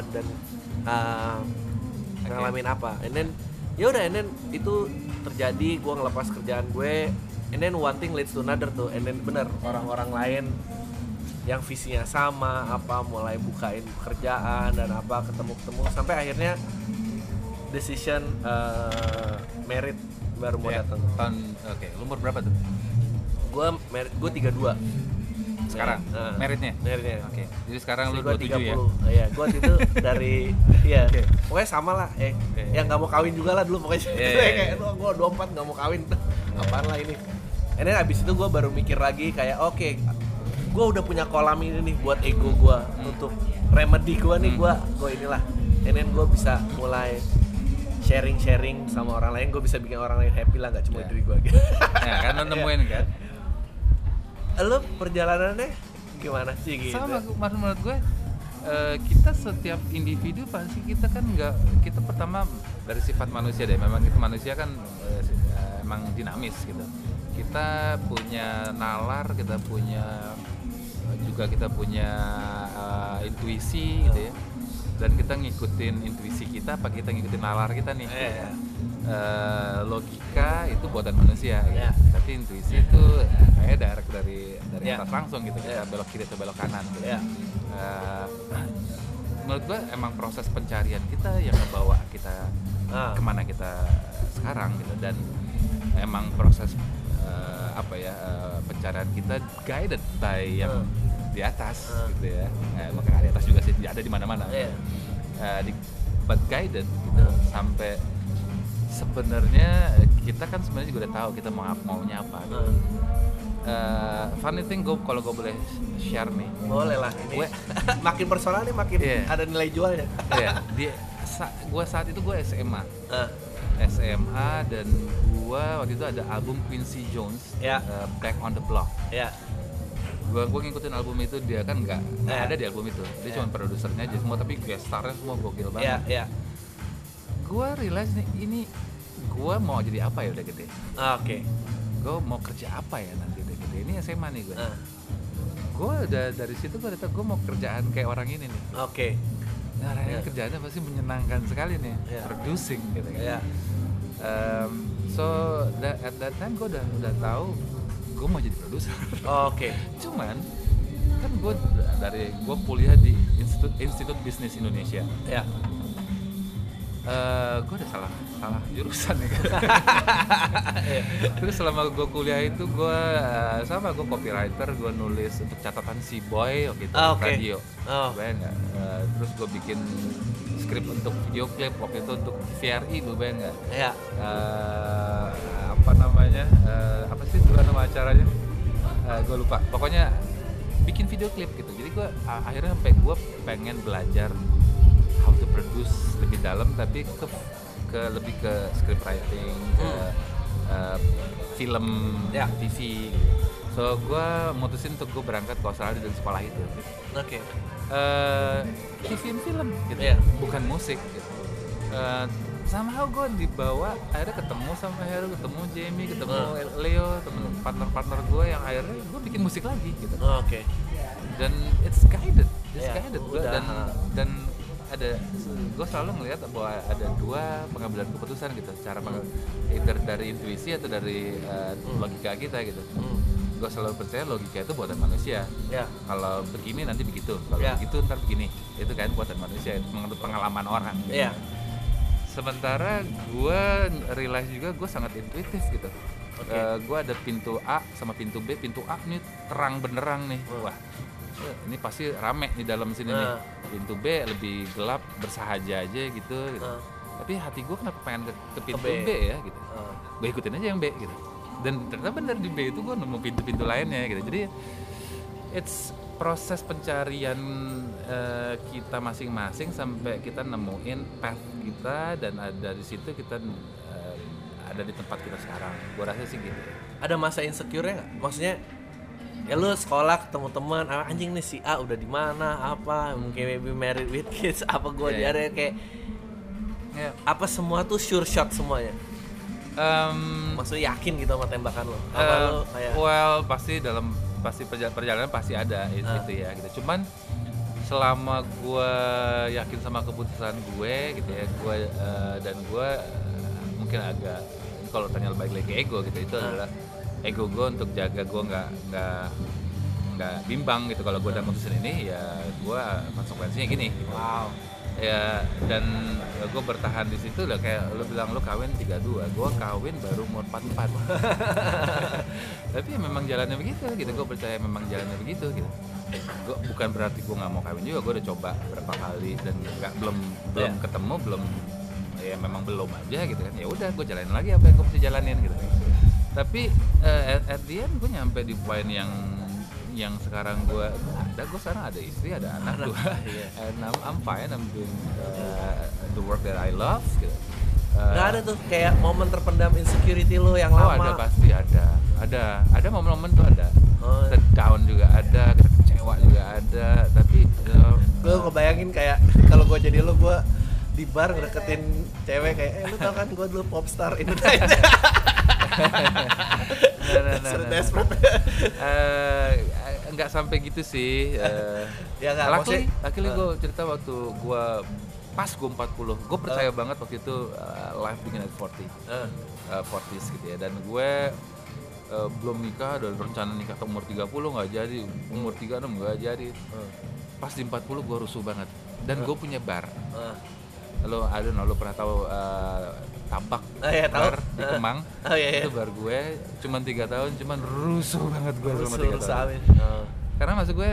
ngalamin apa. And then ya udah, and then itu terjadi, gue ngelepas kerjaan gue, and then one thing leads to another tuh, and then bener orang-orang lain yang visinya sama apa mulai bukain pekerjaan dan apa, ketemu sampai akhirnya decision merit baru mau datang. Lu umur berapa tuh? Gue 32 sekarang. Meritnya. Oke. Jadi sekarang lu 27 ya? Iya, gue itu dari pokoknya sama lah. Yang nggak mau kawin juga lah dulu pokoknya. Kayak gue 24 nggak mau kawin. Apaan lah ini? And then abis itu gue baru mikir lagi kayak gue udah punya kolam ini nih buat ego gue untuk remedy gue nih, gue inilah, and then gue bisa mulai sharing sama orang lain, gue bisa bikin orang lain happy lah, nggak cuma diri gue gitu. Ya kan lo nemuin kan. Lo perjalanannya gimana sih gitu? Sama menurut gue, kita setiap individu pasti kita kan kita pertama dari sifat manusia deh, memang kita manusia kan emang dinamis gitu. Kita punya nalar, kita punya intuisi gitu ya, dan kita ngikutin intuisi kita apa kita ngikutin nalar kita nih. Logika itu buatan manusia gitu. Tapi intuisi itu kayak direct dari atas langsung gitu, kita belok kiri atau belok kanan gitu. Menurut gue emang proses pencarian kita yang ngebawa kita kemana kita sekarang gitu, dan emang proses pencarian kita guided by yang di atas gitu ya. Makanya di atas juga sih ada di mana-mana. But guided gitu, sampai sebenarnya kita kan sebenarnya juga udah tahu kita maunya apa gitu. Funny thing, kalau gue boleh share nih. Boleh lah, ini makin personal nih makin ada nilai jualnya. Gue saat itu gue SMA dan gue waktu itu ada album Quincy Jones, Back on the Block. Gue ngikutin album itu, dia kan nggak ada di album itu, dia cuma produsernya aja semua, tapi guest starnya semua gokil banget. Gue realize nih, ini gue mau jadi apa ya udah gede. Gue mau kerja apa ya nanti udah gede. Ini SMA nih gue. Gue udah dari situ gue udah tahu gue mau kerjaan kayak orang ini nih. Nah, kerjaannya pasti menyenangkan sekali nih, producing gitu kan. So at that time gue udah tahu gue mau jadi produser. Cuman kan gue kuliah di Institut Bisnis Indonesia. Gue udah salah jurusan ya kan. Terus selama gue kuliah itu gue copywriter, gue nulis untuk catatan Si Boy waktu itu radio. Bayang nggak? Terus gue bikin skrip untuk video klip waktu itu untuk VRI, gue bayang nggak? Apa sih nama acaranya? Gue lupa. Pokoknya bikin video klip gitu. Jadi gue akhirnya sampai gue pengen belajar how to produce lebih dalam, tapi lebih ke script writing, ke film, TV. So gue mutusin untuk gue berangkat ke Australia dan sekolah itu. TV film gitu, bukan musik gitu. Somehow gue dibawa, akhirnya ketemu sama Heru, ketemu Jamie, ketemu Leo, temen partner gue yang akhirnya gue bikin musik lagi gitu. Dan it's guided gue, dan ada, gue selalu ngelihat bahwa ada dua pengambilan keputusan gitu, cara either dari intuisi atau dari logika kita gitu. Gue selalu percaya logika itu buatan manusia. Kalau begini nanti begitu, kalau begitu ntar begini, itu kan buatan manusia, menurut pengalaman orang gitu. Sementara gue realize juga gue sangat intuitif gitu. Gue ada pintu A sama pintu B. Pintu A nih terang benderang nih, wah ini pasti rame di dalam sini nih. Pintu B lebih gelap, bersahaja aja gitu. Tapi hati gue kenapa pengen ke pintu B ya gitu. Gue ikutin aja yang B gitu. Dan ternyata benar di B itu gue nemu pintu-pintu lainnya gitu. Jadi it's proses pencarian kita masing-masing sampai kita nemuin path kita, dan dari situ kita ada di tempat kita sekarang. Gue rasa sih gitu. Ada masa insecure-nya nggak? Maksudnya ya lu sekolah ketemu teman, anjing nih si A udah di mana, apa mungkin maybe married with kids, apa gue di area kayak apa semua tuh sure shot semuanya. Maksudnya yakin gitu sama tembakan lo? Apa lo kayak? Pasti perjalanan pasti ada itu ya gitu. Cuman selama gue yakin sama keputusan gue gitu ya, dan gue mungkin agak, kalau tanya balik lagi ego gitu, itu adalah ego gue untuk jaga gue nggak bimbang gitu. Kalau gue udah mutusin ini ya gue konsekuensinya gini gitu. Ya, dan gue bertahan di situ lah. Kayak lo bilang lo kawin 32, gue kawin baru umur 44. Tapi memang jalannya begitu gitu, gue percaya memang jalannya begitu gitu. Gue bukan berarti gue nggak mau kawin juga, gue udah coba berapa kali dan belum ketemu, ya memang belum aja gitu kan. Ya udah gue jalanin lagi apa yang gue mesti jalanin gitu. Tapi at the end gue nyampe di poin yang yang sekarang gue sekarang ada istri, ada anak gue, and I'm fine, I'm doing the work that I love gitu. Nggak ada tuh kayak momen terpendam insecurity lo yang lama? Ada, pasti ada momen-momen tuh ada. Kita down juga ada, kita kecewa juga ada, tapi gue kebayangin kayak kalau gue jadi lo, gue di bar ngedeketin cewek kayak lu tau kan gue dulu popstar Indonesia. Desperate. Nggak sampai gitu sih. Ya nggak. Luckily gue cerita waktu gue pas gue 40, gue percaya banget waktu itu life begin at 40s gitu ya, dan gue belum nikah, dan rencana nikah ke umur 30 nggak jadi, umur 36 nggak jadi. Pas di 40 gue rusuh banget, dan gue punya bar. Lo pernah tahu Tabak bar di Kemang? Itu bar gue, cuman 3 tahun, cuman rusuh banget gue selama 3 tahun. Karena maksud gue,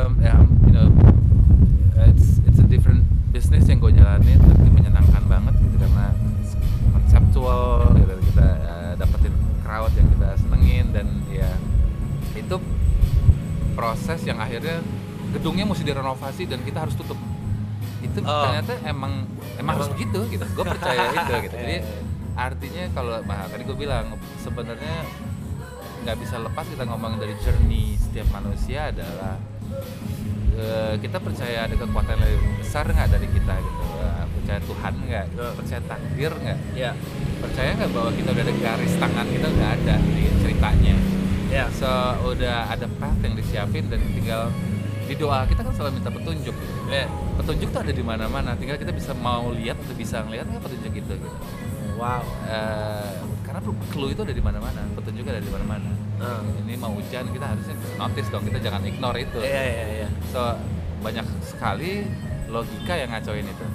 it's a different business yang gue jalanin, tapi menyenangkan banget gitu, karena konseptual gitu, kita dapetin crowd yang kita senengin, dan ya itu proses yang akhirnya gedungnya mesti direnovasi dan kita harus tutup. Itu ternyata emang harus begitu gitu. Gue percaya itu gitu. Jadi artinya kalau tadi gue bilang sebenarnya nggak bisa lepas kita ngomongin dari journey setiap manusia adalah kita percaya ada kekuatan lebih besar nggak dari kita gitu, percaya Tuhan nggak, percaya takdir nggak, percaya nggak bahwa kita udah ada garis tangan kita udah ada di ceritanya, so udah ada path yang disiapin dan tinggal di doa kita kan selalu minta petunjuk, petunjuk tuh ada di mana-mana, tinggal kita bisa mau lihat atau bisa ngelihat nggak petunjuk itu gitu. Wow. Karena clue itu ada di mana-mana, petunjuknya ada di mana-mana. Ini mau hujan, kita harusnya notice dong, kita jangan ignore itu. Iya. So banyak sekali logika yang ngacoin itu,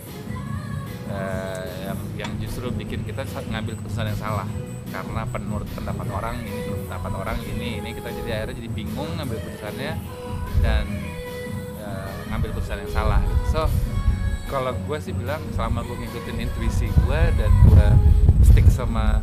yang justru bikin kita ngambil keputusan yang salah. Karena menurut pendapat orang ini, pendapat orang ini kita jadi akhirnya jadi bingung ngambil keputusannya dan ngambil keputusan yang salah. So kalau gue sih bilang selama gue ngikutin intuisi gue dan gue stick sama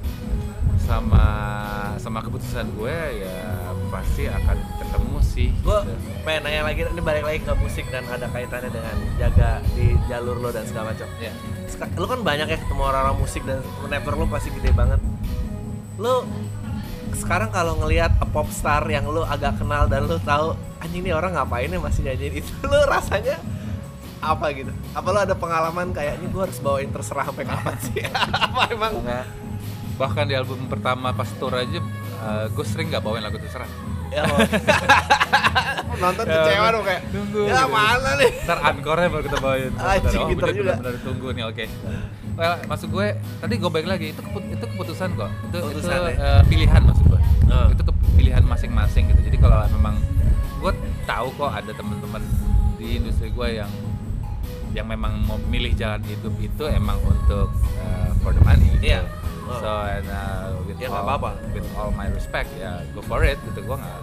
keputusan gue, ya pasti akan ketemu sih. Gue pengen nanya lagi, ini balik lagi ke musik dan ada kaitannya dengan jaga di jalur lo dan segala macam. Lo kan banyak ya ketemu orang-orang musik dan network lo pasti gede banget. Lo sekarang kalau ngelihat pop star yang lo agak kenal dan lo tahu anjing ini orang ngapain ya masih nyanyiin itu, lo rasanya apa gitu? Apa lo ada pengalaman kayak ini gue harus bawain terserah sampai kapan sih? Apa emang? Bahkan di album pertama pas tour aja gue sering nggak bawain lagu terserah. Nonton kecewa dong kayak tunggu ya gitu. Mana nih? Ntar encore-nya baru kita bawain. Anjing pinter juga. Benar tunggu nih, oke. Well, maksud gue tadi gue balik lagi itu keputusan kok. Itu pilihan maksud gue. Itu pilihan masing-masing gitu. Jadi kalau memang gue tahu kok ada teman-teman di industri gue yang memang mau milih jalan hidup itu emang untuk for the money gitu. So and with all my respect ya go for it gitu. Gue nggak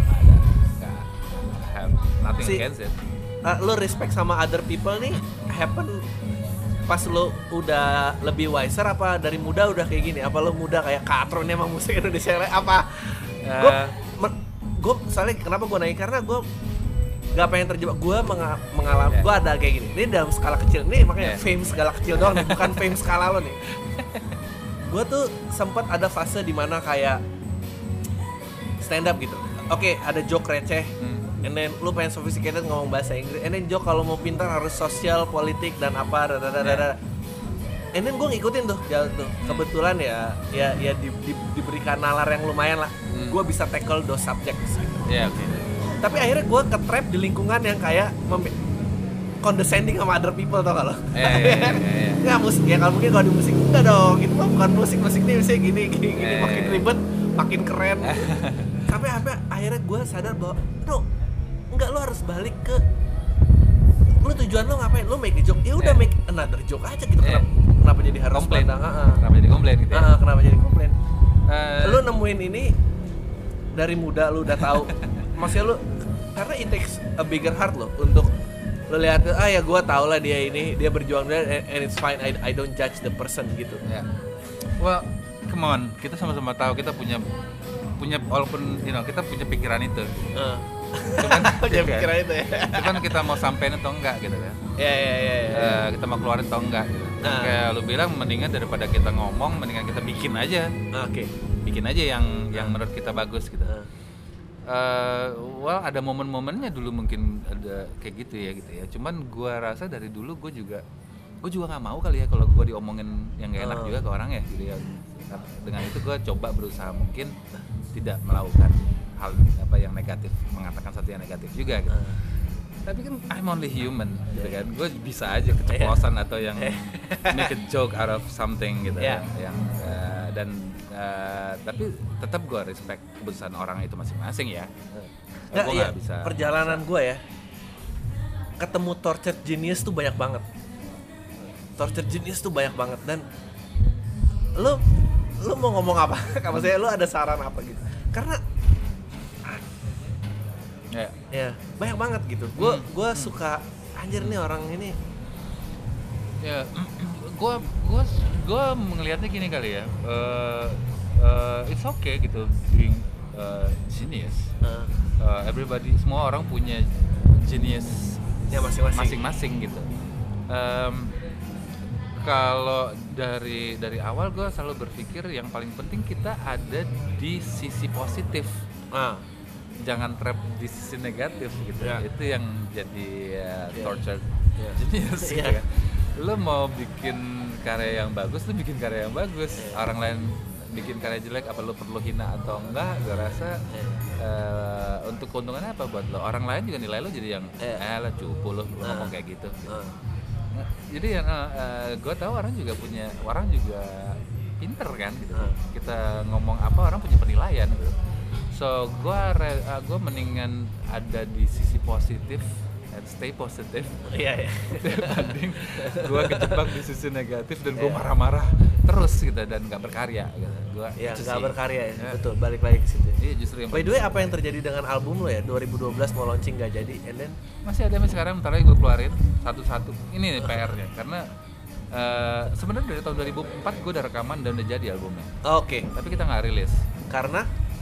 have nothing against it. Lo respect sama other people nih happen pas lo udah lebih wiser apa dari muda udah kayak gini? Apa lo muda kayak katron emang musik Indonesia apa? Gue soalnya kenapa gue nanya karena gue gak pengen terjebak, gue mengalami, gue ada kayak gini. Ini dalam skala kecil, nih makanya fame skala kecil doang nih, bukan fame skala lo nih. Gue tuh sempat ada fase dimana kayak stand up gitu. Oke, ada joke receh, and then lu pengen sophisticated ngomong bahasa Inggris, and then joke kalau mau pintar harus sosial, politik dan apa, and then gue ngikutin tuh jalan tuh. Kebetulan ya diberikan nalar yang lumayan lah. Gue bisa tackle those subjects gitu. Tapi akhirnya gue ke-trap di lingkungan yang kayak condescending sama other people, tau gak lo? Nggak musik, ya kalau mungkin kalau di musik enggak dong, itu mah bukan musik ini misalnya gini makin ribet, makin keren. Sampai akhirnya gue sadar bahwa enggak, lo harus balik ke lo tujuan lo ngapain, lo make a joke, ya udah make another joke aja gitu. Kenapa jadi harus komplain? Kenapa jadi komplain gitu ya? Kenapa jadi komplain? Lo nemuin ini dari muda, lo udah tahu. Maksudnya lo karena it takes a bigger heart lo untuk lo lihat ya gue tau lah dia berjuang and it's fine, I don't judge the person gitu. Well, come on, kita sama-sama tahu kita punya walaupun kita punya pikiran itu. Cuman Jangan pikiran itu ya. cuman kita mau sampein atau enggak gitu kan. Kita mau keluarin atau enggak gitu. Kayak lu bilang mendingan daripada kita ngomong, mendingan kita bikin aja. Oke. Bikin aja yang menurut kita bagus gitu. Well, ada momen-momennya dulu mungkin ada kayak gitu ya. Cuman gua rasa dari dulu gue juga nggak mau kali ya kalau gue diomongin yang nggak enak juga ke orang ya gitu ya. Dengan itu gue coba berusaha mungkin tidak melakukan hal apa yang negatif, mengatakan satu yang negatif juga gitu. Tapi kan I'm only human gitu kan. Gue bisa aja keceplosan atau yang make a joke out of something gitu tapi tetap gue respect keputusan orang itu masing-masing ya. Gue nggak bisa. Perjalanan gue ya, ketemu tortured genius tuh banyak banget. Dan lu mau ngomong apa? Maksudnya lu ada saran apa gitu? Karena ya banyak banget gitu. Gue suka anjir nih orang ini. Ya, gue ngelihatnya gini kali ya. It's okay gitu being genius. Everybody, semua orang punya genius ya masing-masing gitu. Kalau dari awal gue selalu berpikir yang paling penting kita ada di sisi positif. Jangan trap di sisi negatif gitu. Itu yang jadi torture genius gitu kan. Lo mau bikin karya yang bagus, lo bikin karya yang bagus. Orang lain bikin karya jelek, apa lo perlu hina atau enggak? Gue rasa untuk keuntungannya apa buat lo? Orang lain juga nilai lo jadi yang lah cupu lo ngomong kayak gitu. Jadi yang gue tahu orang juga pinter kan gitu. Kita ngomong apa orang punya penilaian gitu. So gue mendingan ada di sisi positif and stay positif. Iya. Dibanding gue kejebak di sisi negatif dan gue marah-marah terus gitu dan nggak berkarya gitu. Gue nggak berkarya ya. Betul, balik lagi ke situ. Iya justru yang. By the way, apa yang terjadi dengan album lo ya? 2012 mau launching nggak jadi, and then masih ada sekarang. Bentar lagi gue keluarin satu-satu. Ini nih PR-nya karena sebenarnya dari tahun 2004 gue udah rekaman dan udah jadi albumnya. Oke. Tapi kita nggak rilis karena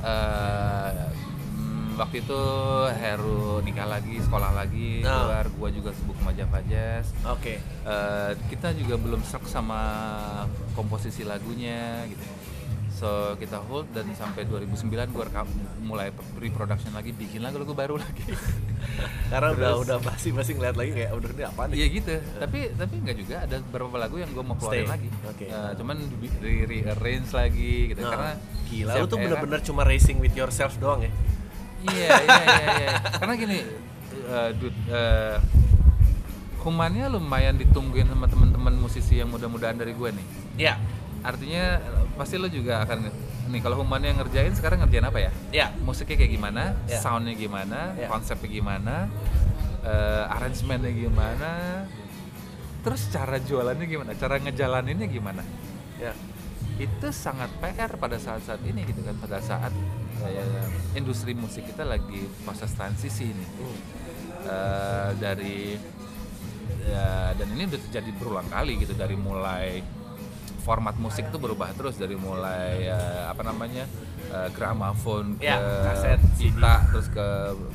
waktu itu Heru nikah lagi, sekolah lagi, keluar, gue juga sibuk sama Java Jazz. Oke. Kita juga belum serak sama komposisi lagunya gitu. So kita hold dan sampai 2009 gue mulai pre-production lagi, bikin lagu baru lagi. Karena udah masih ngeliat lagi kayak udah ini apa nih? Iya gitu. Tapi enggak juga, ada beberapa lagu yang gue mau keluarin lagi. Cuman rearrange lagi gitu karena gila lu tuh bener-bener cuma racing with yourself doang ya. Iya. Karena gini, humannya lumayan ditungguin sama teman-teman musisi yang mudah-mudahan dari gue nih. Iya. Artinya pasti lo juga akan nih kalau humannya yang ngerjain sekarang ngerjain apa ya? Iya. Musiknya kayak gimana? Soundnya gimana? Konsepnya gimana? Arrangementnya gimana? Terus cara jualannya gimana? Cara ngejalaninnya gimana? Ya. Itu sangat PR pada saat-saat ini gitu kan, pada saat industri musik kita lagi proses transisi nih. Dan ini udah terjadi berulang kali gitu, dari mulai format musik itu berubah terus, dari mulai gramafon ke kaset, pita, terus ke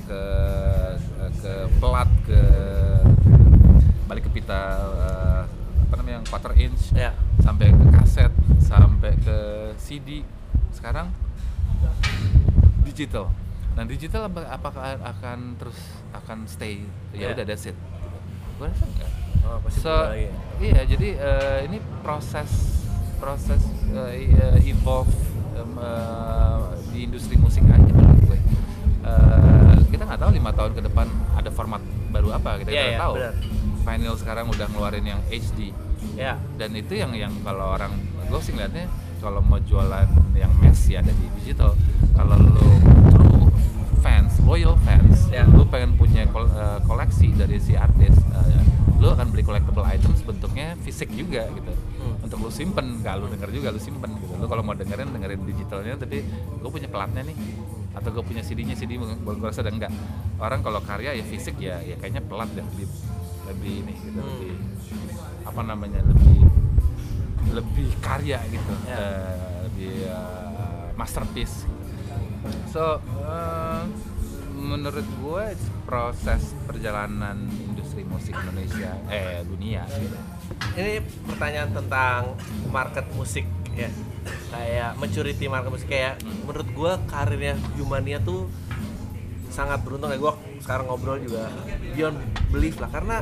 plat, ke balik ke pita yang quarter inch, sampai ke kaset, sampai ke CD, sekarang digital. Nah digital apakah akan stay? Ya udah that's it. Gue rasa enggak. Iya, jadi ini proses evolve di industri musik aja menurut gue. Kita nggak tahu 5 tahun ke depan ada format baru apa, kita nggak tahu. Bener. Vinyl sekarang udah ngeluarin yang HD. Dan itu yang kalau orang, gue sih ngeliatnya kalau mau jualan yang mass ya ada di digital. Kalau lo true fans, loyal fans, lo pengen punya koleksi dari si artis, lo akan beli collectible items bentuknya fisik juga gitu, untuk lo simpen, gak lo denger juga lo simpen gitu. Lo kalau mau dengerin digitalnya, tapi gue punya platnya nih, atau gue punya CD-nya, gue rasa ada enggak. Orang kalau karya ya fisik ya kayaknya pelat dan lebih ini gitu, lebih karya gitu, lebih masterpiece. So menurut gue proses perjalanan industri musik Indonesia dunia gitu. Ini pertanyaan tentang market musik ya, kayak maturity market musik kayak menurut gue karirnya Humania tuh sangat beruntung ya. Gue sekarang ngobrol juga beyond belief lah, karena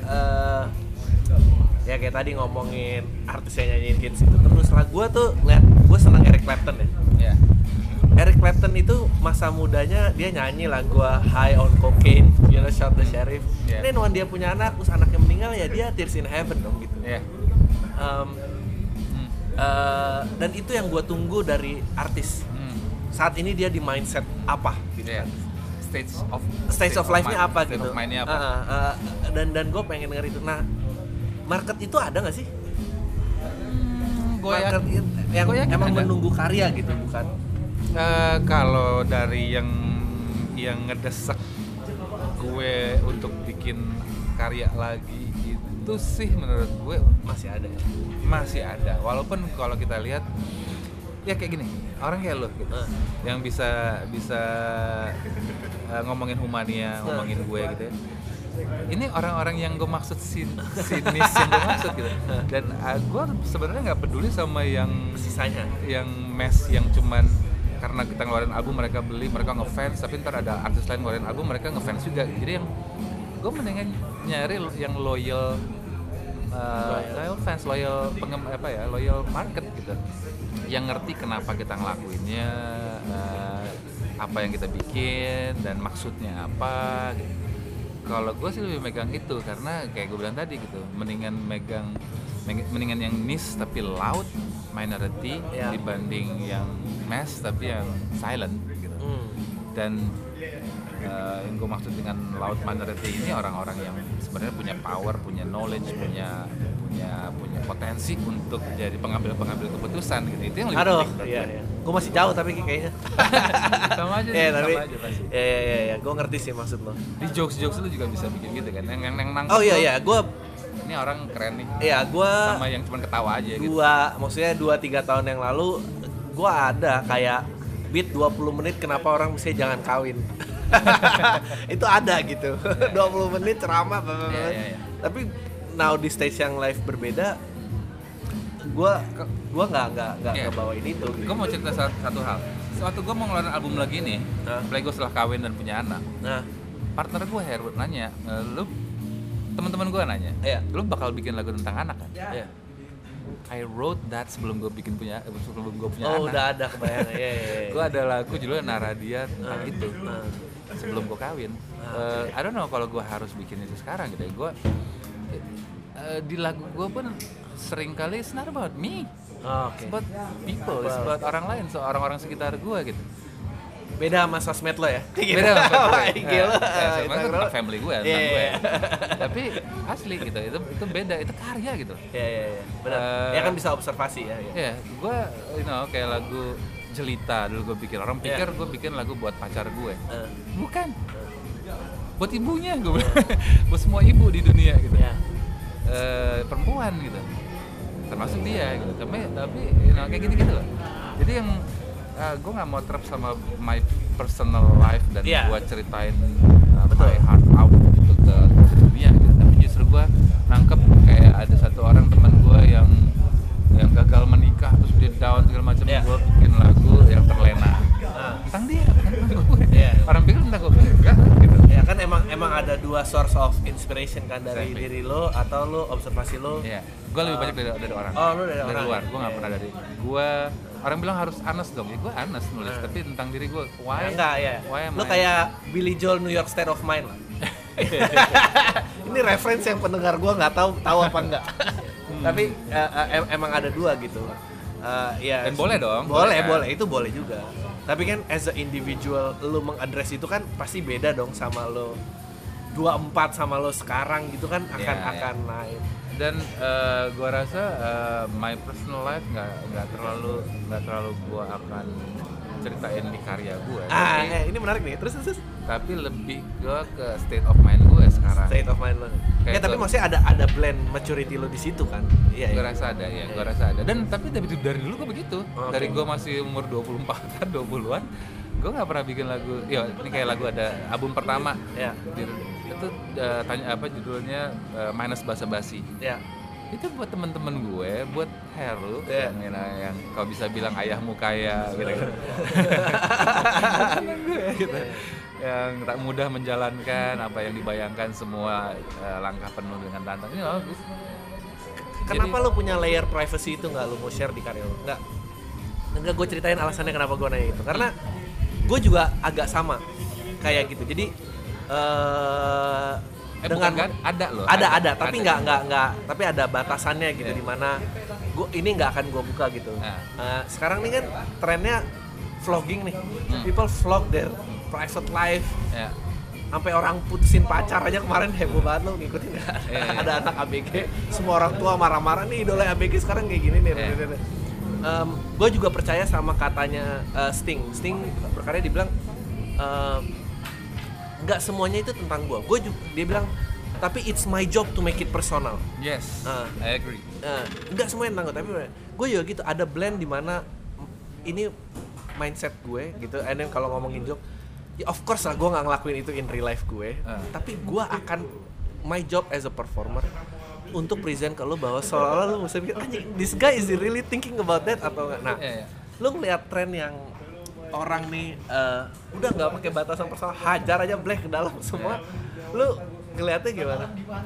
ya kayak tadi ngomongin artis yang nyanyiin hits itu, terus lah gue tuh lihat, gue senang Eric Clapton ya. Yeah. Eric Clapton itu masa mudanya dia nyanyi lagu High on Cocaine, you know, Shout the Sheriff. Yeah. Ini when dia punya anak, terus anaknya meninggal ya dia Tears in Heaven dong gitu. Yeah. Dan itu yang gue tunggu dari artis. Saat ini dia di mindset apa gitu. Yeah. Stage of life-nya apa state gitu. of mind-nya apa? Dan gue pengen denger itu. Nah, market itu ada nggak sih? Market yang emang ada. Menunggu karya gitu, bukan? Kalau dari yang ngedesak gue untuk bikin karya lagi itu sih menurut gue masih ada ya? Masih ada, walaupun kalau kita lihat ya kayak gini, orang kayak lo gitu, yang bisa ngomongin Humania, ngomongin gue gitu ya. Ini orang-orang yang gue maksud sinis yang gue maksud gitu. Dan gue sebenarnya nggak peduli sama yang sisanya, yang mass, yang cuman karena kita ngeluarin album mereka beli, mereka ngefans, tapi ntar ada artis lain ngeluarin album mereka ngefans juga. Jadi yang gue mendingan nyari yang loyal fans, loyal loyal market gitu, yang ngerti kenapa kita ngelakuinnya, apa yang kita bikin dan maksudnya apa gitu. Kalau gue sih lebih megang itu, karena kayak gue bilang tadi gitu, mendingan yang niche tapi loud minority dibanding yang mass tapi yang silent gitu. Dan yang gue maksud dengan loud minority ini orang-orang yang sebenarnya punya power, punya knowledge, punya potensi untuk jadi pengambil keputusan gitu. Itu yang lebih penting. Iya. Gue masih jauh tapi kayaknya. sama aja pasti. Iya, gue ngerti sih maksud lo. Di jokes lu juga bisa bikin gitu kan. Yang nangkep. Oh iya, gue ini orang keren nih. Iya, gue sama yang cuma ketawa aja gitu. Maksudnya 2-3 tahun yang lalu gue ada kayak beat 20 menit kenapa orang mesti jangan kawin. Itu ada gitu. 20 menit ceramah. Iya. Tapi now di stage yang live berbeda, gua nggak kebawain itu. Gitu. Gue mau cerita satu hal. Waktu gue mau ngeluarin album lagi nih, apalagi gue setelah kawin dan punya anak. Partner gue Herwood nanya, teman-teman gue nanya, lu bakal bikin lagu tentang anak kan? Yeah. I wrote that sebelum gue punya anak. Oh, udah ada kebayangan. Yeah. Gue ada lagu judulnya Naradia tentang itu. Sebelum gue kawin. I don't know kalau gue harus bikin itu sekarang gitu ya. Gue di lagu gue pun sering kali it's not about me. It's about people, it's about orang lain, orang-orang sekitar gue gitu. Beda sama sosmed lo ya? Beda sama sosmed gue. Sosmed itu tentang family gue, tentang gue. Tapi asli gitu, itu beda, itu karya gitu. Iya. Benar. Ya kan bisa observasi ya. Iya, gue kayak lagu Jelita dulu gue bikin. Orang pikir gue bikin lagu buat pacar gue. Bukan. Buat ibunya gue bilang. Buat semua ibu di dunia gitu. Perempuan gitu. Termasuk dia gitu. Tapi kayak gitu loh. Jadi yang gue nggak mau trap sama my personal life dan gue ceritain my heart out gitu ke dunia gitu. Tapi justru gue nangkep kayak ada satu orang teman gue yang gagal menikah terus dia down segala macam. Gue bikin lagu yang terlena tentang dia, tentang gue. Orang pikir tentang gue enggak gitu. Ya kan emang ada dua source of inspiration kan, dari diri lo atau lo observasi lo. Gue lebih banyak dari orang. Oh, lo dari luar. Gue nggak pernah dari gue. Orang bilang harus honest dong, ya gue honest nulis, tapi tentang diri gue, why? Lo kayak Billy Joel New York State of Mind lah. Ini reference yang pendengar gue nggak tahu apa enggak. Tapi emang ada dua gitu. Dan boleh dong. Boleh, itu boleh juga. Tapi kan as a individual lo mengadres itu kan pasti beda dong sama lo 24 sama lo sekarang gitu kan akan lain. Dan gue rasa my personal life nggak terlalu gue akan ceritain di karya gue. Ini menarik nih. Terus. Tapi lebih ke state of mind gue sekarang. State of mind lo. Tapi maksudnya ada blend maturity lo di situ kan? Iya. Gue rasa ada ya. Gue rasa ada. Dan tapi dari dulu gue begitu. Dari gue masih umur 24-an, 20-an. gue nggak pernah bikin lagu. Ya ini kayak lagu ada album pertama Ya. itu tanya apa judulnya Minus Basa Basi. Ya. Itu buat teman-teman gue, buat Heru Yeah. yang kau bisa bilang ayahmu kaya gitu kan. Gitu. Yang tak mudah menjalankan apa yang dibayangkan, semua langkah penuh dengan tantangan. Ini bagus. Kenapa lu punya layer privacy itu nggak lu mau share di karya lu? Nggak gue ceritain alasannya kenapa gue nanya itu. Karena gue juga agak sama kayak gitu. Jadi dengan bukan, ada loh. Ada, tapi nggak tapi ada batasannya gitu, di mana gue ini nggak akan gue buka gitu. Sekarang nih kan trennya vlogging nih, people vlog their private life. Sampai orang putusin pacar aja kemarin heboh banget, lo ngikutin nggak? Ada anak ABG, semua orang tua marah-marah nih, idola ABG sekarang kayak gini nih. Gue juga percaya sama katanya Sting berkarya, dibilang nggak semuanya itu tentang gue juga, dia bilang, tapi it's my job to make it personal. Yes, I agree. Nggak semuanya tentang gue, tapi gue juga gitu, ada blend di mana ini mindset gue gitu. And then kalau ngomongin job, ya of course lah gue nggak ngelakuin itu in real life gue, tapi gue akan my job as a performer untuk present ke lo bahwa seolah-olah lo mesti pikir, anjing, this guy is really thinking about that atau enggak. Nah, lo ngeliat tren yang orang nih udah nggak pakai batasan personal, hajar aja black ke dalam semua, lo ngeliatnya gimana?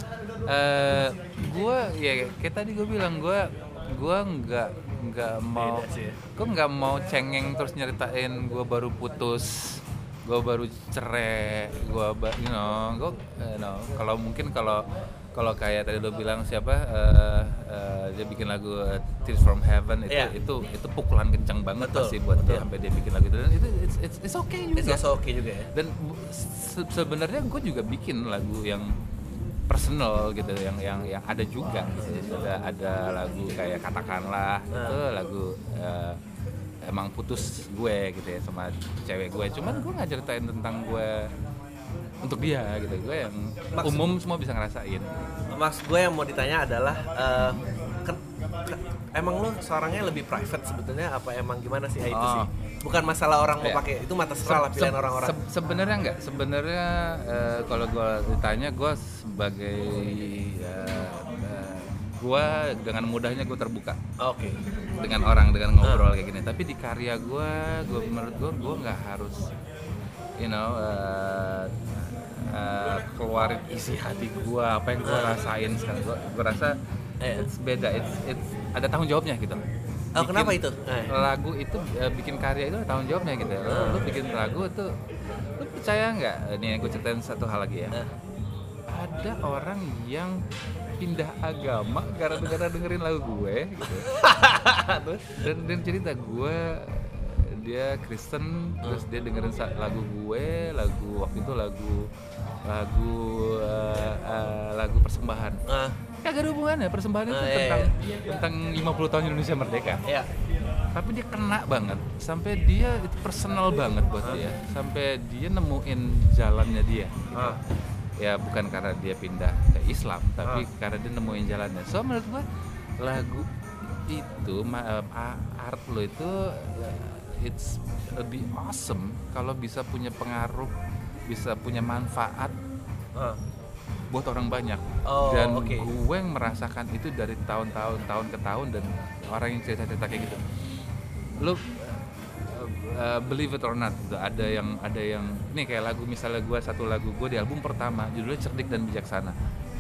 Gue ya kayak tadi gue bilang, gue nggak mau, gue nggak mau cengeng terus nyeritain gue baru putus, gue baru cerai, gue kalau mungkin kalau kayak tadi lo bilang siapa dia bikin lagu Tears from Heaven itu pukulan kencang banget pasti buat dia sampai dia bikin lagu itu, dan itu it's okay juga. It's also okay juga ya. Dan sebenarnya gue juga bikin lagu yang personal gitu, yang ada juga gitu. Ada lagu kayak Katakanlah, itu lagu emang putus gue gitu ya sama cewek gue, cuman gue nggak ceritain tentang gue untuk dia gitu, gue yang umum semua bisa ngerasain. Mas, gue yang mau ditanya adalah emang lo seorangnya lebih private sebetulnya apa emang gimana sih itu sih? Bukan masalah orang mau pakai, itu mata serah lah pilihan orang-orang. Sebenarnya enggak, sebenarnya kalau gue ditanya, gue sebagai gue dengan mudahnya gue terbuka. Oke. Dengan orang, dengan ngobrol kayak gini. Tapi di karya menurut gue nggak harus keluarin isi hati gue, apa yang gue rasain sekarang. Gue rasa it's beda, it's ada tanggung jawabnya gitu. Kenapa itu? Lagu itu bikin karya itu ada tanggung jawabnya gitu. Lu bikin lagu itu, lu percaya nggak? Nih gue ceritain satu hal lagi ya. Ada orang yang pindah agama gara-gara dengerin lagu gue gitu. dan cerita gue, dia Kristen, terus dia dengerin lagu gue, waktu itu lagu persembahan. Kagak ada hubungannya, persembahan itu tentang 50 tahun Indonesia merdeka. Tapi dia kena banget, sampai dia itu personal banget buat dia, sampai dia nemuin jalannya dia. Ya bukan karena dia pindah ke Islam, tapi karena dia nemuin jalannya. So menurut gue lagu itu, art lo itu it's lebih awesome kalau bisa punya pengaruh, bisa punya manfaat buat orang banyak. Dan gue yang merasakan itu dari tahun ke tahun, dan orang yang cerita kayak gitu, lu believe it or not gitu. Ada yang nih kayak lagu, misalnya gue satu lagu gue di album pertama judulnya Cerdik dan Bijaksana.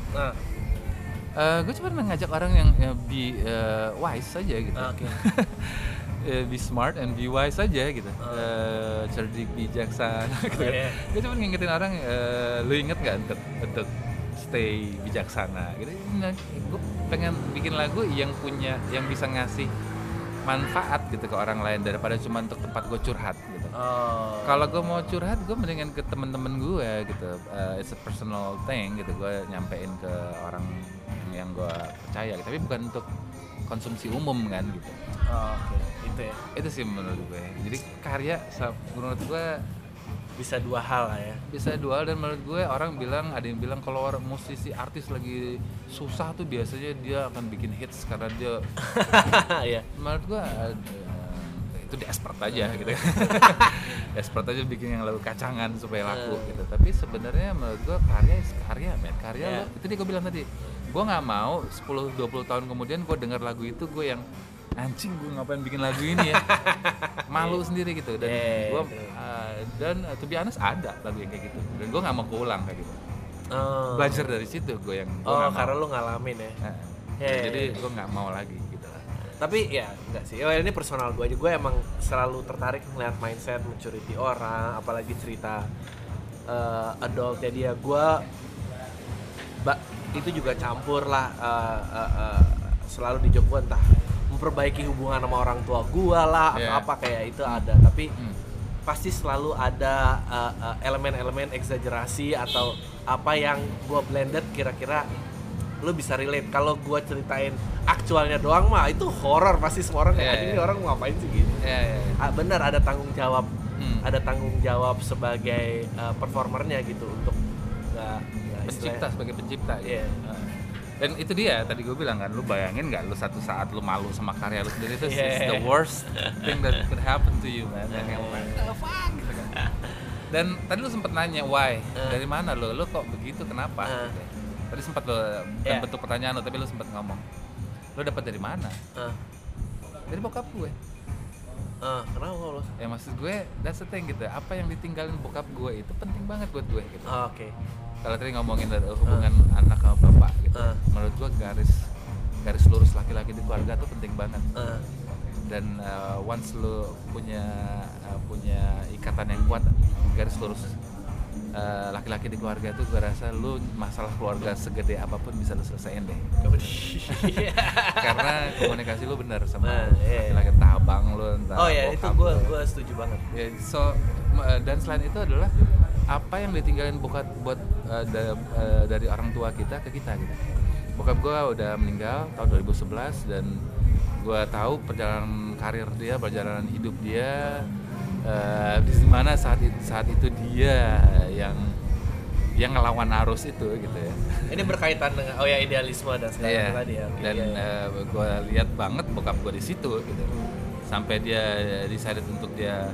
Gue cuma mengajak orang yang be wise saja gitu. Be smart and be wise aja gitu. Cerdik, bijaksana gitu. Gue cuma ngingetin orang, lu inget nggak untuk stay bijaksana gitu. Nah, gue pengen bikin lagu yang bisa ngasih manfaat gitu ke orang lain daripada cuma untuk tempat gue curhat gitu. Kalau gue mau curhat, gue mendingan ke temen-temen gue gitu. It's a personal thing gitu, gue nyampein ke orang yang gue percaya gitu. Tapi bukan untuk konsumsi umum kan gitu. Itu sih menurut gue. Jadi karya menurut gue bisa dua hal lah ya. Bisa dua hal, dan menurut gue ada yang bilang kalau orang musisi artis lagi susah tuh biasanya dia akan bikin hits karena dia menurut gue itu di expert aja gitu kan. Expert aja bikin yang lagu kacangan supaya laku gitu. Tapi sebenarnya menurut gue karya lo, itu dia gue bilang tadi, gue nggak mau 10-20 tahun kemudian gue dengar lagu itu gue yang anjing gue ngapain bikin lagu ini ya, malu sendiri gitu. Dan gue to be honest ada lagu yang kayak gitu dan gue nggak mau keulang kayak gitu. Belajar dari situ gue yang karena lu ngalamin ya. Jadi gue nggak mau lagi gitu lah. Tapi ya enggak sih, ini personal gue aja, gue emang selalu tertarik melihat mindset maturity orang, apalagi cerita adultnya dia. Gue itu juga campur lah, selalu di job gue entah memperbaiki hubungan sama orang tua gue lah atau apa kayak itu ada, tapi pasti selalu ada elemen-elemen eksagerasi atau apa yang gue blended kira-kira lu bisa relate. Kalau gue ceritain aktualnya doang mah itu horor, pasti semua orang kayak ini orang ngapain sih gitu. Bener ada tanggung jawab, ada tanggung jawab sebagai performernya gitu untuk pencipta, sebagai pencipta gitu. Dan itu dia tadi gue bilang kan, lu bayangin nggak lu satu saat lu malu sama karya lu sendiri, itu it's the worst thing that could happen to you, man. Kayak what the fuck gitu kan. Dan tadi lu sempet nanya why, dari mana lu kok begitu, kenapa? Tadi sempat lo, bukan bentuk pertanyaan lo, tapi lo sempat ngomong, lo dapat dari mana? Dari bokap gue. Kenapa lo? Ya maksud gue, that's the thing gitu. Apa yang ditinggalin bokap gue itu penting banget buat gue gitu. Oke. Kalau tadi ngomongin dari hubungan anak sama bapak gitu, menurut gue garis lurus laki-laki di keluarga tuh penting banget. Dan once lo punya ikatan yang kuat, garis lurus laki-laki di keluarga tuh, gue rasa lu masalah keluarga segede apapun bisa lu selesaiin deh. Karena komunikasi lu benar sama laki-laki, entah abang lu, entah itu gue setuju banget. Dan selain itu adalah apa yang ditinggalin bokap buat dari orang tua kita ke kita gitu. Bokap gue udah meninggal tahun 2011 dan gue tahu perjalanan karir dia, perjalanan hidup dia, di mana saat itu dia yang ngelawan arus itu gitu ya. Ini berkaitan dengan idealisme dan segala tadi ya. Dan gue lihat banget bokap gue di situ gitu. Sampai dia decided untuk dia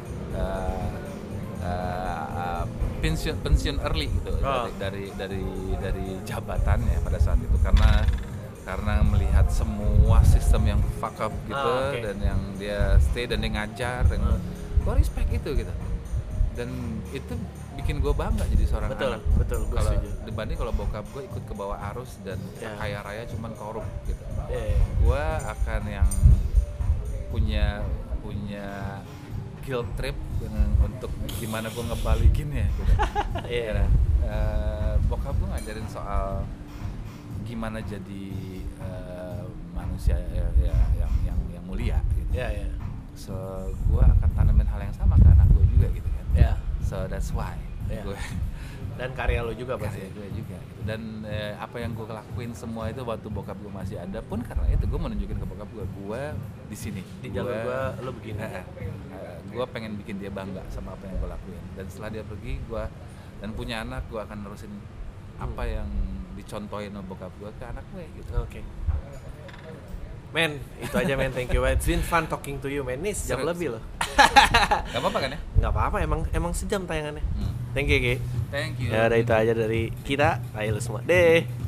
pensiun early gitu dari jabatannya pada saat itu karena melihat semua sistem yang fuck up gitu. Dan yang dia stay dan dia ngajar dan gue respect itu gitu, dan itu bikin gue bangga jadi seorang anak. Betul, gue setuju. Dibanding kalau bokap gue ikut ke bawah arus dan kaya raya cuman korup gitu. Gue akan yang punya guilt trip untuk gimana gue ngebalikinnya gitu. Bokap gue ngajarin soal gimana jadi manusia yang mulia gitu. So gue akan tanamin hal yang sama ke anak gue juga gitu kan. So that's why gue dan karya lo juga pasti. Karya gue juga gitu. Dan apa yang gue lakuin semua itu waktu bokap gue masih ada pun karena itu gue mau nunjukin ke bokap gue di sini di jalur gue lo begini. Gue pengen bikin dia bangga sama apa yang gue lakuin, dan setelah dia pergi gue dan punya anak, gue akan nerusin apa yang dicontohin sama bokap gue ke anak gue gitu. Men, itu aja men, thank you. It's been fun talking to you men. Ini sejam lebih loh. Gak apa-apa kan ya? Gak apa-apa, emang sejam tayangannya. Thank you Ki. Thank you. Ya udah itu aja dari kita. Ayo lu semua deh.